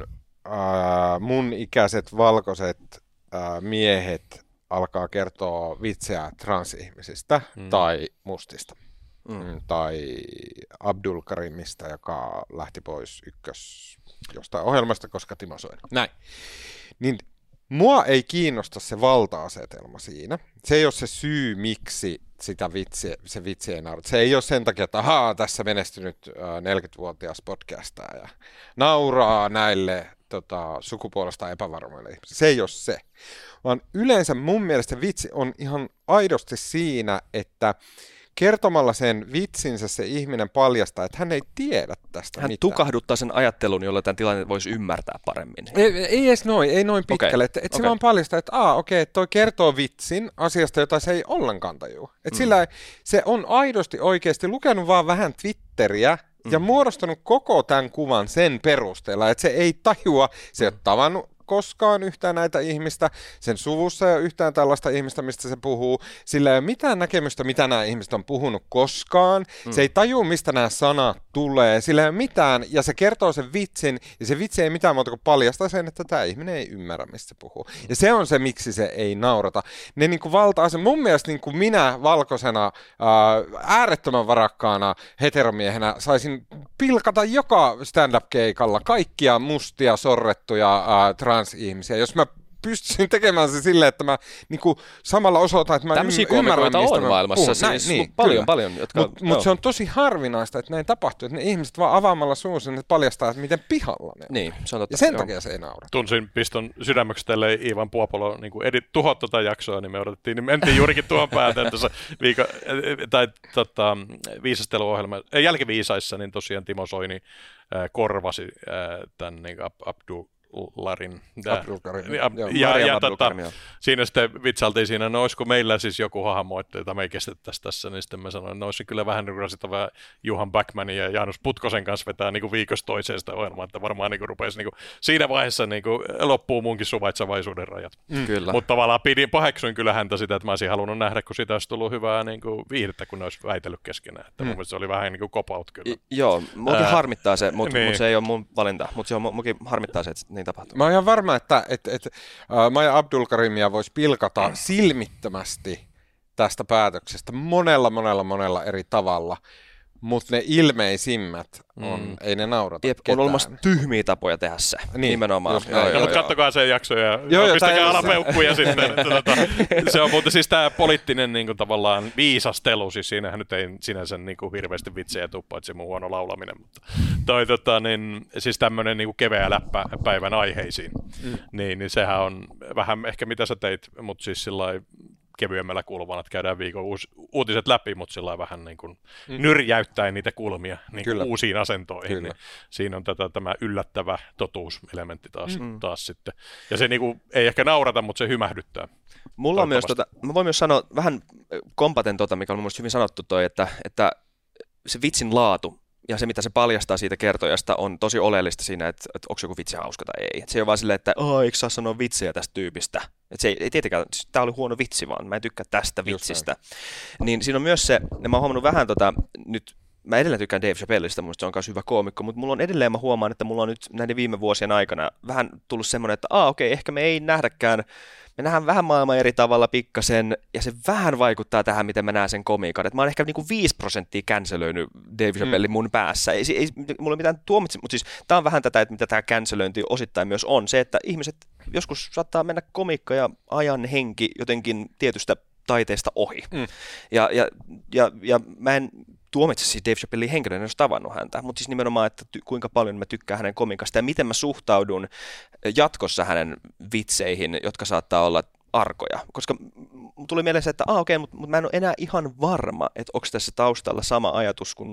äh, mun ikäiset valkoiset äh, miehet alkaa kertoa vitsejä transihmisistä mm. tai mustista. Mm. Tai Abdul Karimista, joka lähti pois ykkös jostain ohjelmasta, koska Timo Soini. Näin. Niin mua ei kiinnosta se valta-asetelma siinä. Se ei ole se syy, miksi sitä vitsi, se vitsi ei naurata. Se ei ole sen takia, että ahaa, tässä menestynyt äh, neljäkymmentävuotias podcastaa ja nauraa näille tota, sukupuolesta epävarmoille ihmisille. Se ei ole se. Vaan yleensä mun mielestä vitsi on ihan aidosti siinä, että kertomalla sen vitsinsä se ihminen paljastaa, että hän ei tiedä tästä hän mitään. Hän tukahduttaa sen ajattelun, jolla tämän tilanteen voisi ymmärtää paremmin. Ei, ei edes noin, ei noin pitkälle. Okay. Että, että okay. Se vaan paljastaa, että aa, okei, okay, toi kertoo vitsin asiasta, jota se ei ollenkaan tajua. Että mm. sillä se on aidosti oikeasti lukenut vaan vähän Twitteriä mm. ja muodostanut koko tämän kuvan sen perusteella, että se ei tajua, se ei mm. ole tavannut koskaan yhtään näitä ihmistä, sen suvussa ei ole yhtään tällaista ihmistä, mistä se puhuu. Sillä ei ole mitään näkemystä, mitä nämä ihmiset on puhunut koskaan. Mm. Se ei tajua, mistä nämä sanat tulee. Sillä ei ole mitään, ja se kertoo sen vitsin, ja se vitsi ei mitään muuta kuin paljastaa sen, että tämä ihminen ei ymmärrä, mistä se puhuu. Ja se on se, miksi se ei naurata. Ne niin kuin valta-ase, mun mielestä niin kuin minä valkoisena, ää, äärettömän varakkaana heteromiehenä saisin pilkata joka stand-up-keikalla kaikkia mustia, sorrettuja, ää, trans-ihmisiä. Jos mä pystyisin tekemään se silleen, että mä niinku samalla osoitan, että mä tämmöisiä y- ymmärrän, mistä on mä maailmassa, puhun. siis niin, paljon, kyllä. paljon. Mutta mut se on tosi harvinaista, että näin tapahtuu, että ne ihmiset vaan avaamalla suunsa, ne paljastaa, että miten pihalla ne on. Niin, se on totta. Ja sen joo. takia se ei naura. Tunsin piston sydämeksi tälle Iivan Puopolo niin edit tuhot tota jaksoa, niin me odotettiin, niin mentiin juurikin tuon päätään tuossa viiko, tai tota, viisasteluohjelma, jälkiviisaissa, niin tosiaan Timo Soini äh, korvasi äh, tämän niin Abdul Larin. Abdulkarim. Ja, ja, ja tota, siinä sitten vitsailtiin siinä, no olisiko meillä siis joku hahmo, jota me ei kestettäisi tässä, niin sitten mä sanoin, no olisi kyllä vähän rasittavaa Juhan Backmanin ja Jaanus Putkosen kanssa vetää niin kuin viikosta toiseen sitä ohjelmaa, että varmaan niin kuin rupesi niin kuin, siinä vaiheessa niin kuin, loppuu munkin suvaitsevaisuuden rajat. Mm. Mutta tavallaan pidin, paheksuin kyllä häntä sitä, että mä olisin halunnut nähdä, kun siitä olisi tullut hyvää niin kuin viihdettä, kun ne olisi väitellyt keskenään. Että mm. mun mielestä se oli vähän niin kuin cop-out kyllä. I, joo, munkin äh, harmittaa se, mutta niin. mut se ei ole mun valinta, mutta se on munkin harmittaa se, että niin tapahtuu. Mä oon ihan varma, että et, et, uh, Maja Abdulkarimia voisi pilkata silmittömästi tästä päätöksestä monella, monella, monella eri tavalla, mutta ne ilmeisimmät on, mm. ei ne naurata Jep, ketään. On olemassa tyhmiä tapoja tehdä se, niin, nimenomaan. Joo, joo, joo, mutta kattokaa sen jakso ja joo, pistäkää alapeukkuja sitten. Tota, se on muuten siis tämä poliittinen niin kuin, tavallaan viisastelu, siis siinähän nyt ei sinänsä niin kuin, hirveästi vitsejä tule, paitsi mun huono laulaminen, mutta toi, tota, niin, siis tämmöinen niin kuin keveä läppä päivän aiheisiin, mm. niin, niin sehän on vähän ehkä mitä sä teit, mutta siis sillai kevyemmällä kulmalla, että käydään viikon uus, uutiset läpi, mutta sillä vähän niin kuin mm. nyrjäyttäen niitä kulmia niin kuin uusiin asentoihin. Niin siinä on tätä, tämä yllättävä totuuselementti taas, mm. taas sitten. Ja se niin kuin, ei ehkä naurata, mutta se hymähdyttää. Mulla on myös, tota, mä voin myös sanoa, vähän kompaten tota, mikä on mun mielestä hyvin sanottu toi, että, että se vitsin laatu ja se, mitä se paljastaa siitä kertojasta, on tosi oleellista siinä, että, että onko joku vitsi hauska tai ei. Et se ei ole vaan silleen, että oh, eikö saa sanoa vitsejä tästä tyypistä. Et se ei, ei tietenkään, tämä oli huono vitsi vaan, mä en tykkää tästä vitsistä. Niin siinä on myös se, ja mä oon huomannut vähän tota, nyt, mä edelleen tykkään Dave Chappellesta, mun se on myös hyvä koomikko, mutta mulla on edelleen, mä huomaan, että mulla on nyt näiden viime vuosien aikana vähän tullut semmoinen, että aa okei, okay, ehkä me ei nähdäkään, me nähdään vähän maailmaa eri tavalla pikkasen, ja se vähän vaikuttaa tähän, miten mä näen sen komiikan. Et mä oon ehkä niinku viisi prosenttia cancelöinyt Dave Chappellin mm. mun päässä. Ei, ei, mulla ei mitään tuomitse, mutta siis tää on vähän tätä, että mitä tämä cancelöinti osittain myös on. Se, että ihmiset joskus saattaa mennä komiikka ja ajan henki jotenkin tietystä taiteesta ohi. Mm. Ja, ja, ja, ja mä en tuomitse siis Dave Chappellin henkilöön, en olisi tavannut häntä, mutta siis nimenomaan, että ty- kuinka paljon mä tykkään hänen komikasta ja miten mä suhtaudun jatkossa hänen vitseihin, jotka saattaa olla arkoja. Koska tuli mieleen se, että ah, okei, okay, mutta mut mä en ole enää ihan varma, että onko tässä taustalla sama ajatus kuin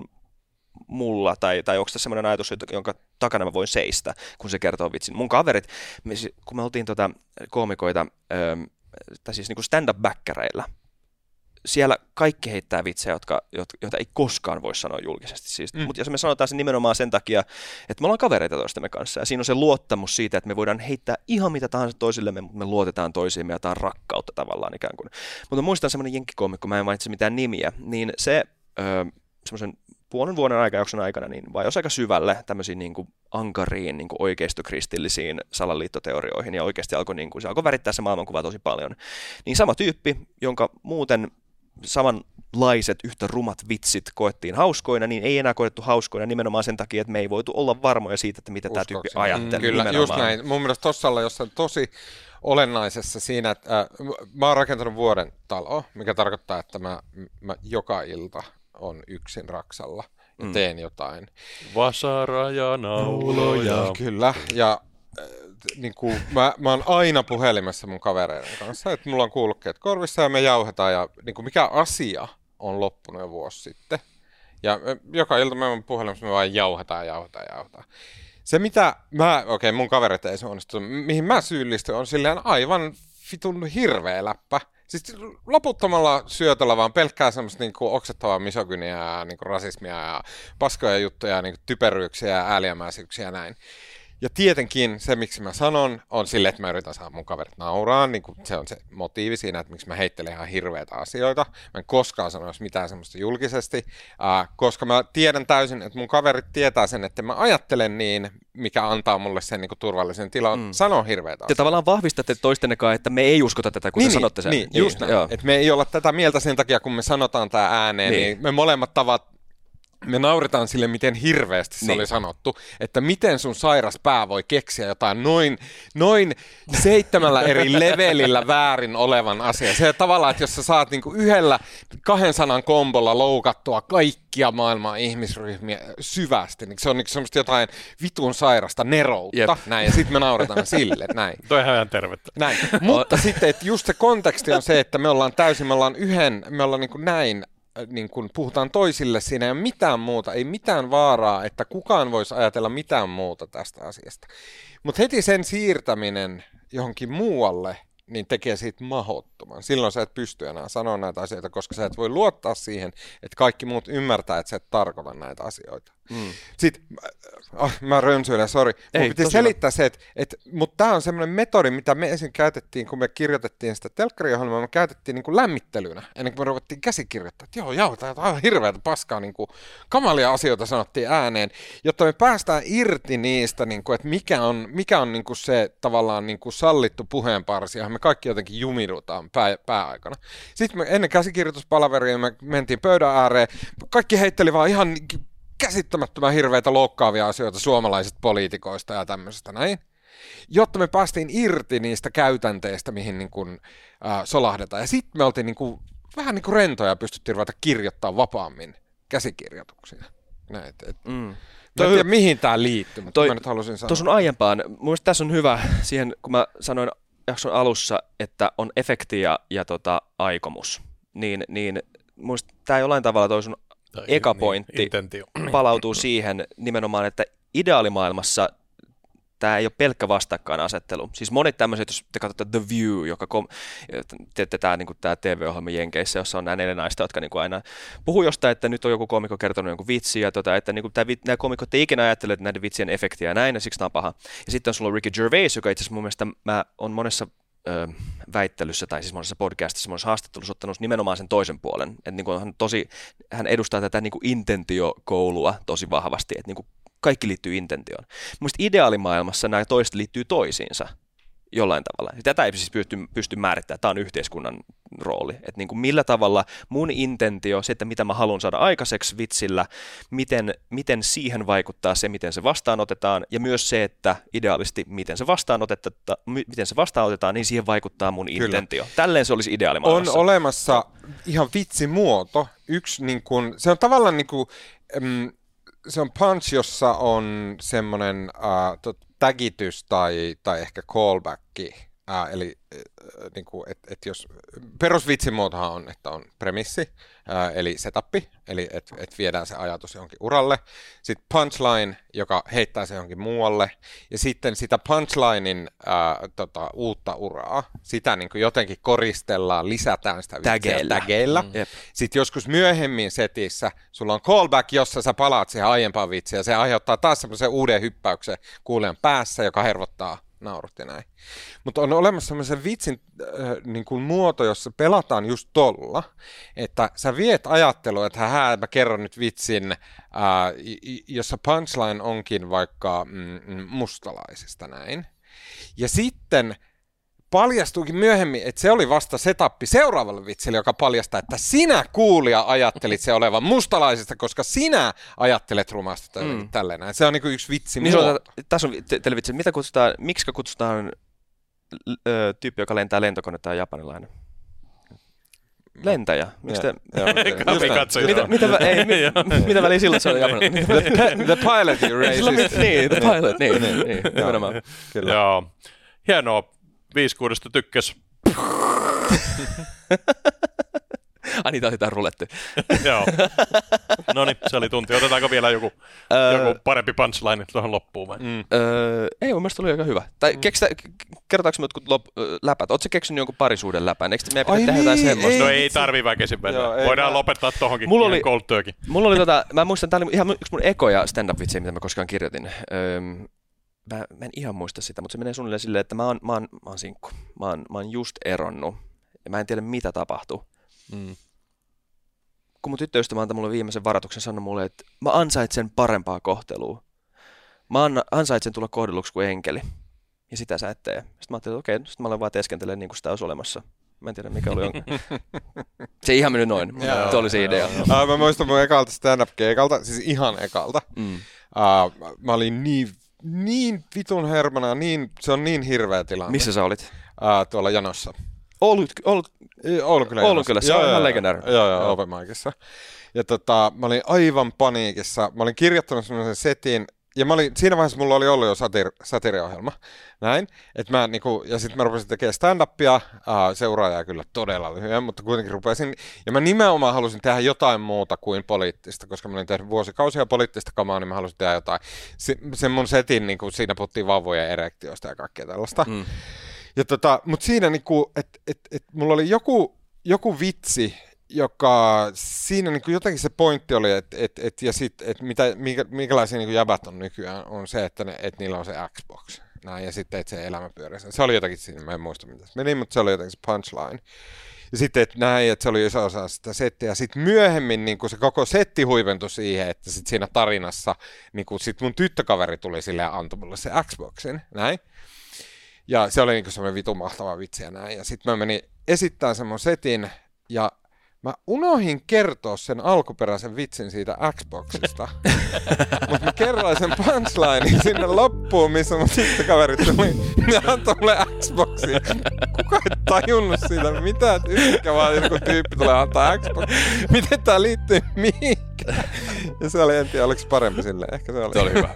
mulla, tai, tai onko tässä sellainen ajatus, jonka takana mä voin seistä, kun se kertoo vitsin. Mun kaverit, me, kun me oltiin tota, koomikoita, ähm, tai siis niin kuin stand-up-bäkkäreillä, siellä kaikki heittää vitsejä, jotka, joita ei koskaan voi sanoa julkisesti. Siis, mm. Mutta jos me sanotaan se nimenomaan sen takia, että me ollaan kavereita toistemme kanssa, ja siinä on se luottamus siitä, että me voidaan heittää ihan mitä tahansa toisillemme, mutta me luotetaan toisiimme, ja tämä on rakkautta tavallaan ikään kuin. Mutta muistan semmoinen jenkkikoomikko, mä en mainitse mitään nimiä, niin se öö, semmoisen puolen vuoden aikajakson aikana niin vajosi aika syvälle tämmöisiin niin kuin ankariin, niin kuin oikeistokristillisiin salaliittoteorioihin, ja oikeasti alkoi, niin kuin, se alkoi värittää se maailmankuva tosi paljon. Niin sama tyyppi, jonka muuten samanlaiset yhtä rumat vitsit koettiin hauskoina, niin ei enää koettu hauskoina nimenomaan sen takia, että me ei voitu olla varmoja siitä, että mitä tämä tyyppi ajatteli. Kyllä, nimenomaan. Just näin. Mun mielestä tuossa ollaan jossain tosi olennaisessa siinä, että äh, mä oon rakentanut vuoden taloa, mikä tarkoittaa, että mä, mä joka ilta on yksin raksalla ja mm. teen jotain. Vasara ja nauloja. Kyllä, ja äh, niin kuin, mä, mä oon aina puhelimessa mun kavereiden kanssa, että mulla on kuulokkeet korvissa ja me jauhetaan, ja niin kuin, mikä asia on loppunut jo vuosi sitten. Ja joka ilta me on puhelimessa, me vaan jauhetaan, jauhetaan, jauhetaan. Se mitä mä, okei okay, mun kaverit ei se onnistu, mihin mä syyllistyn, on silleen aivan vitun hirveä läppä. Siis loputtomalla syötöllä vaan pelkkää semmoista niinku oksettavaa misogyniaa ja niinku rasismia ja paskoja juttuja ja niinku typeryyksiä ja ääliämäisyyksiä ja näin. Ja tietenkin se, miksi mä sanon, on sille, että mä yritän saada mun kaverit nauraa. Niin se on se motiivi siinä, että miksi mä heittelen ihan hirveitä asioita. Mä en koskaan sanoisi mitään semmoista julkisesti, äh, koska mä tiedän täysin, että mun kaverit tietää sen, että mä ajattelen niin, mikä antaa mulle sen niin kuin turvallisen tilan mm. sanoa hirveitä asioita. Te tavallaan vahvistatte toistennekaan, että me ei uskota tätä, kun niin, te sanotte sen. Niin, just niin, näin. Että me ei olla tätä mieltä sen takia, kun me sanotaan tää ääneen, niin, niin me molemmat tavat me nauritaan sille, miten hirveästi se niin. oli sanottu, että miten sun sairas pää voi keksiä jotain noin, noin seitsemällä eri levelillä väärin olevan asian. Se tavallaan, että jos sä saat niinku yhdellä kahden sanan kombolla loukattua kaikkia maailman ihmisryhmiä syvästi, niin se on niinku semmoista jotain vitun sairasta neroutta. Jep. Näin, ja sitten me naurataan sille. Näin. Toi on ihan tervettä. Näin. Mutta sitten, että just se konteksti on se, että me ollaan täysin, me ollaan yhden, me ollaan niinku näin, niin kun puhutaan toisille, siinä ei ole mitään muuta, ei mitään vaaraa, että kukaan voisi ajatella mitään muuta tästä asiasta. Mutta heti sen siirtäminen johonkin muualle, niin tekee siitä mahdottoman. Silloin sä et pysty enää sanoa näitä asioita, koska sä et voi luottaa siihen, että kaikki muut ymmärtää, että sä et tarkoita näitä asioita. Mm. Sitten, oh, mä rönsyilen, sori. Mun piti selittää se, että, että mutta tämä on semmoinen metodi, mitä me ensin käytettiin, kun me kirjoitettiin sitä telkkariohjelmaa, me käytettiin niin kuin lämmittelynä, ennen kuin me ruvettiin käsikirjoittaa, että joo, joo, tämä on aivan hirveätä paskaa, niin kuin kamalia asioita sanottiin ääneen, jotta me päästään irti niistä, niin kuin, että mikä on, mikä on niin kuin se tavallaan niin kuin sallittu puheenparsi, johon me kaikki jotenkin jumidutaan pää, pääaikana. Sitten me ennen käsikirjoituspalaveria me mentiin pöydän ääreen, kaikki heitteli vaan ihan käsittämättömän hirveitä loukkaavia asioita suomalaisista poliitikoista ja tämmöisestä näin, jotta me päästiin irti niistä käytänteistä, mihin niin kuin, äh, solahdetaan. Ja sitten me oltiin niin kuin, vähän niin kuin rentoja ja pystyttiin ruveta kirjoittaa vapaammin käsikirjoituksia. Näin, et, et. Mm. Mä en tiedä, mihin tämä liittyy, mutta toi, mä nyt halusin sanoa. Tuossa on aiempaan. Mun mielestä tässä on hyvä siihen, kun mä sanoin jakson alussa, että on efekti ja, ja tota, aikomus, niin, niin muista tämä jollain tavalla toi sun tai eka pointti niin, palautuu siihen nimenomaan, että ideaalimaailmassa tämä ei ole pelkkä vastakkainasettelu. Siis monet tämmöiset, jos te katsotte The View, joka kom- teette tämä niin T V-ohjelma Jenkeissä, jossa on nämä neljä naista, jotka niin kuin aina puhuu jostain, että nyt on joku komikko kertonut jonkun vitsi, ja tota, että niin kuin tämä, nämä komikot ei ikinä ajattele, että näiden vitsien efektiä ja näin, ja siksi tämä on paha. Ja sitten on sulla Ricky Gervais, joka itse asiassa mun mielestä mä on monessa ö, väittelyssä, tai siis monessa podcastissa, monessa haastattelussa ottanut nimenomaan sen toisen puolen. Että niin kuin hän, tosi, hän edustaa tätä niin kuin intentiokoulua tosi vahvasti, että niin kuin kaikki liittyy intentioon. Mielestäni ideaalimaailmassa nämä toiset liittyy toisiinsa jollain tavalla. Tätä ei siis pysty, pysty määrittämään. Tämä on yhteiskunnan rooli. Että niin kuin millä tavalla mun intentio, se, että mitä mä haluan saada aikaiseksi vitsillä, miten, miten siihen vaikuttaa se, miten se vastaanotetaan, ja myös se, että ideaalisti miten se vastaanotetaan, miten se vastaanotetaan, niin siihen vaikuttaa mun Kyllä. intentio. Tälleen se olisi ideaalimaailmassa. On olemassa ihan vitsimuoto. Yksi, niin kuin, se on tavallaan niin kuin, mm, se on punch, jossa on semmoinen uh, tagitys tai, tai ehkä callbacki. Uh, eli uh, niin kuin, et, et jos perusvitsimuotohan on, että on premissi, uh, eli setappi, eli että et viedään se ajatus johonkin uralle. Sitten punchline, joka heittää se johonkin muualle. Ja sitten sitä punchlinein uh, tota, uutta uraa, sitä niin kuin jotenkin koristellaan, lisätään sitä vitsiä tageilla. Mm. Sitten joskus myöhemmin setissä sulla on callback, jossa sä palaat siihen aiempaan vitsiin, ja se aiheuttaa taas semmoisen uuden hyppäyksen kuulijan päässä, joka hervottaa naurut ja näin. Mutta on olemassa semmoisen vitsin äh, niin kuin muoto, jossa pelataan just tolla, että sä viet ajattelua, että hää, mä kerron nyt vitsin, äh, jossa punchline onkin vaikka mm, mustalaisista näin. Ja sitten paljastuikin myöhemmin, että se oli vasta setappi seuraavalle vitsille, joka paljastaa, että sinä kuulija ajattelit se olevan mustalaisista, koska sinä ajattelet rumasta tai mm. tälleen. Se on niin kuin yksi vitsi. Niin on, tässä on teille vitsi. Mitä kutsutaan, miksi kutsutaan ö, tyyppi, joka lentää lentokonetta ja japanilainen? Lentäjä. Miksi te... mitä, mitä, vä, ei, mit, mitä väliä silloin se on japanilainen? The, the pilot, you racist. Niin, the pilot, niin, niin, niin nimenomaan. Kyllä. Joo. Hienoa. Viisi kuudesta tykkäs. Ai niitä otetaan ruletti. Joo. No niin, se oli tunti. Otetaanko vielä joku, joku parempi punchline tuohon loppuun vai? Mm. Öö, ei, mun mielestä oli aika hyvä. Tai mm. keksitä, kerrotaanko me jotkut lop, läpät? Ootko sä keksinyt jonkun parisuuden läpän? Eikö meidän pitää tehdä jotain semmoista? No ei tarvii väkisin mennä. Voidaan mä... lopettaa tohonkin mulla oli, cold turkey. Mulla oli tota, mä muistan, tää oli ihan yksi mun ekoja stand-up-vitsejä, mitä mä koskaan kirjoitin. Öö, Mä, mä en ihan muista sitä, mutta se menee suunnilleen silleen, että mä oon, mä oon, mä oon sinkku. Mä oon, mä oon just eronnut ja mä en tiedä mitä tapahtuu. Mm. Kun mun tyttöystävä antoi mulle viimeisen varoituksen, sanoi mulle, että mä ansaitsen parempaa kohtelua. Mä anna, ansaitsen tulla kohdelluksi kuin enkeli. Ja sitä sä et tee. Sitten mä ajattelin, että okei, sitten mä olen vaan teeskentelemaan niin kuin sitä olisi olemassa. Mä en tiedä mikä oli onko. Se ei ihan mennyt noin, mutta se oli se idea. Uh, mä muistan mun ekalta stand-up-keikalta, siis ihan ekalta. Mm. Uh, mä olin niin Niin vitun hermana, niin, se on niin hirveä tilanne. Missä sä olit? Uh, tuolla janossa. Oulun, Oulun, Oulun kyllä. Oulun kyllä, se on ihan legendaarinen. Joo, joo, open micissa. Ja tota, mä olin aivan paniikissa. Mä olin kirjoittanut semmoisen setin, ja mä olin, siinä vaiheessa mulla oli ollut jo satir, satiriohjelma. Näin. Et mä, niinku, ja sitten mä rupesin tekemään stand-upia, uh, seuraajaa kyllä todella lyhyen, mutta kuitenkin rupesin. Ja mä nimenomaan halusin tehdä jotain muuta kuin poliittista, koska mä olin tehnyt vuosikausia poliittista kamaa, niin mä halusin tehdä jotain. Se, sen mun setin, niinku, siinä puhuttiin vauvojen erektiosta ja kaikkea tällaista. Mm. Ja tota, mut siinä, niinku, että et, et, mulla oli joku, joku vitsi, joka siinä niin kuin jotenkin se pointti oli, että et, et, ja sitten, että mitä, mikä, minkälaisia niin kuin jäbät on nykyään, on se, että, ne, että niillä on se Xbox. Näin, ja sitten, että se elämä pyörii. Se oli jotakin siinä, mä en muista mitä se meni, mutta se oli jotenkin se punchline. Ja sitten, että näin, että se oli iso osa sitä settiä. Ja sitten myöhemmin niin kuin se koko setti huiventui siihen, että sit siinä tarinassa niin kuin sit mun tyttökaveri tuli silleen ja antoi mulle se Xboxin. Näin. Ja se oli niin kuin semmoinen vitun mahtava vitsi ja näin. Ja sitten mä menin esittämään semmoinen setin, ja mä unohdin kertoa sen alkuperäisen vitsin siitä Xboxista, mutta mä kerroin sen punchlinein sinne loppuun, missä mun tyttökaverit tuli ja antoi mulle Xboxia. Kuka ei tajunnut siitä, mitä yhtäkkiä vaan joku tyyppi tulee antaa Xbox. Miten tää liittyy mihinkään? Ja se oli, en tiedä, oliko se parempi silleen. Ehkä se oli. Se oli hyvä.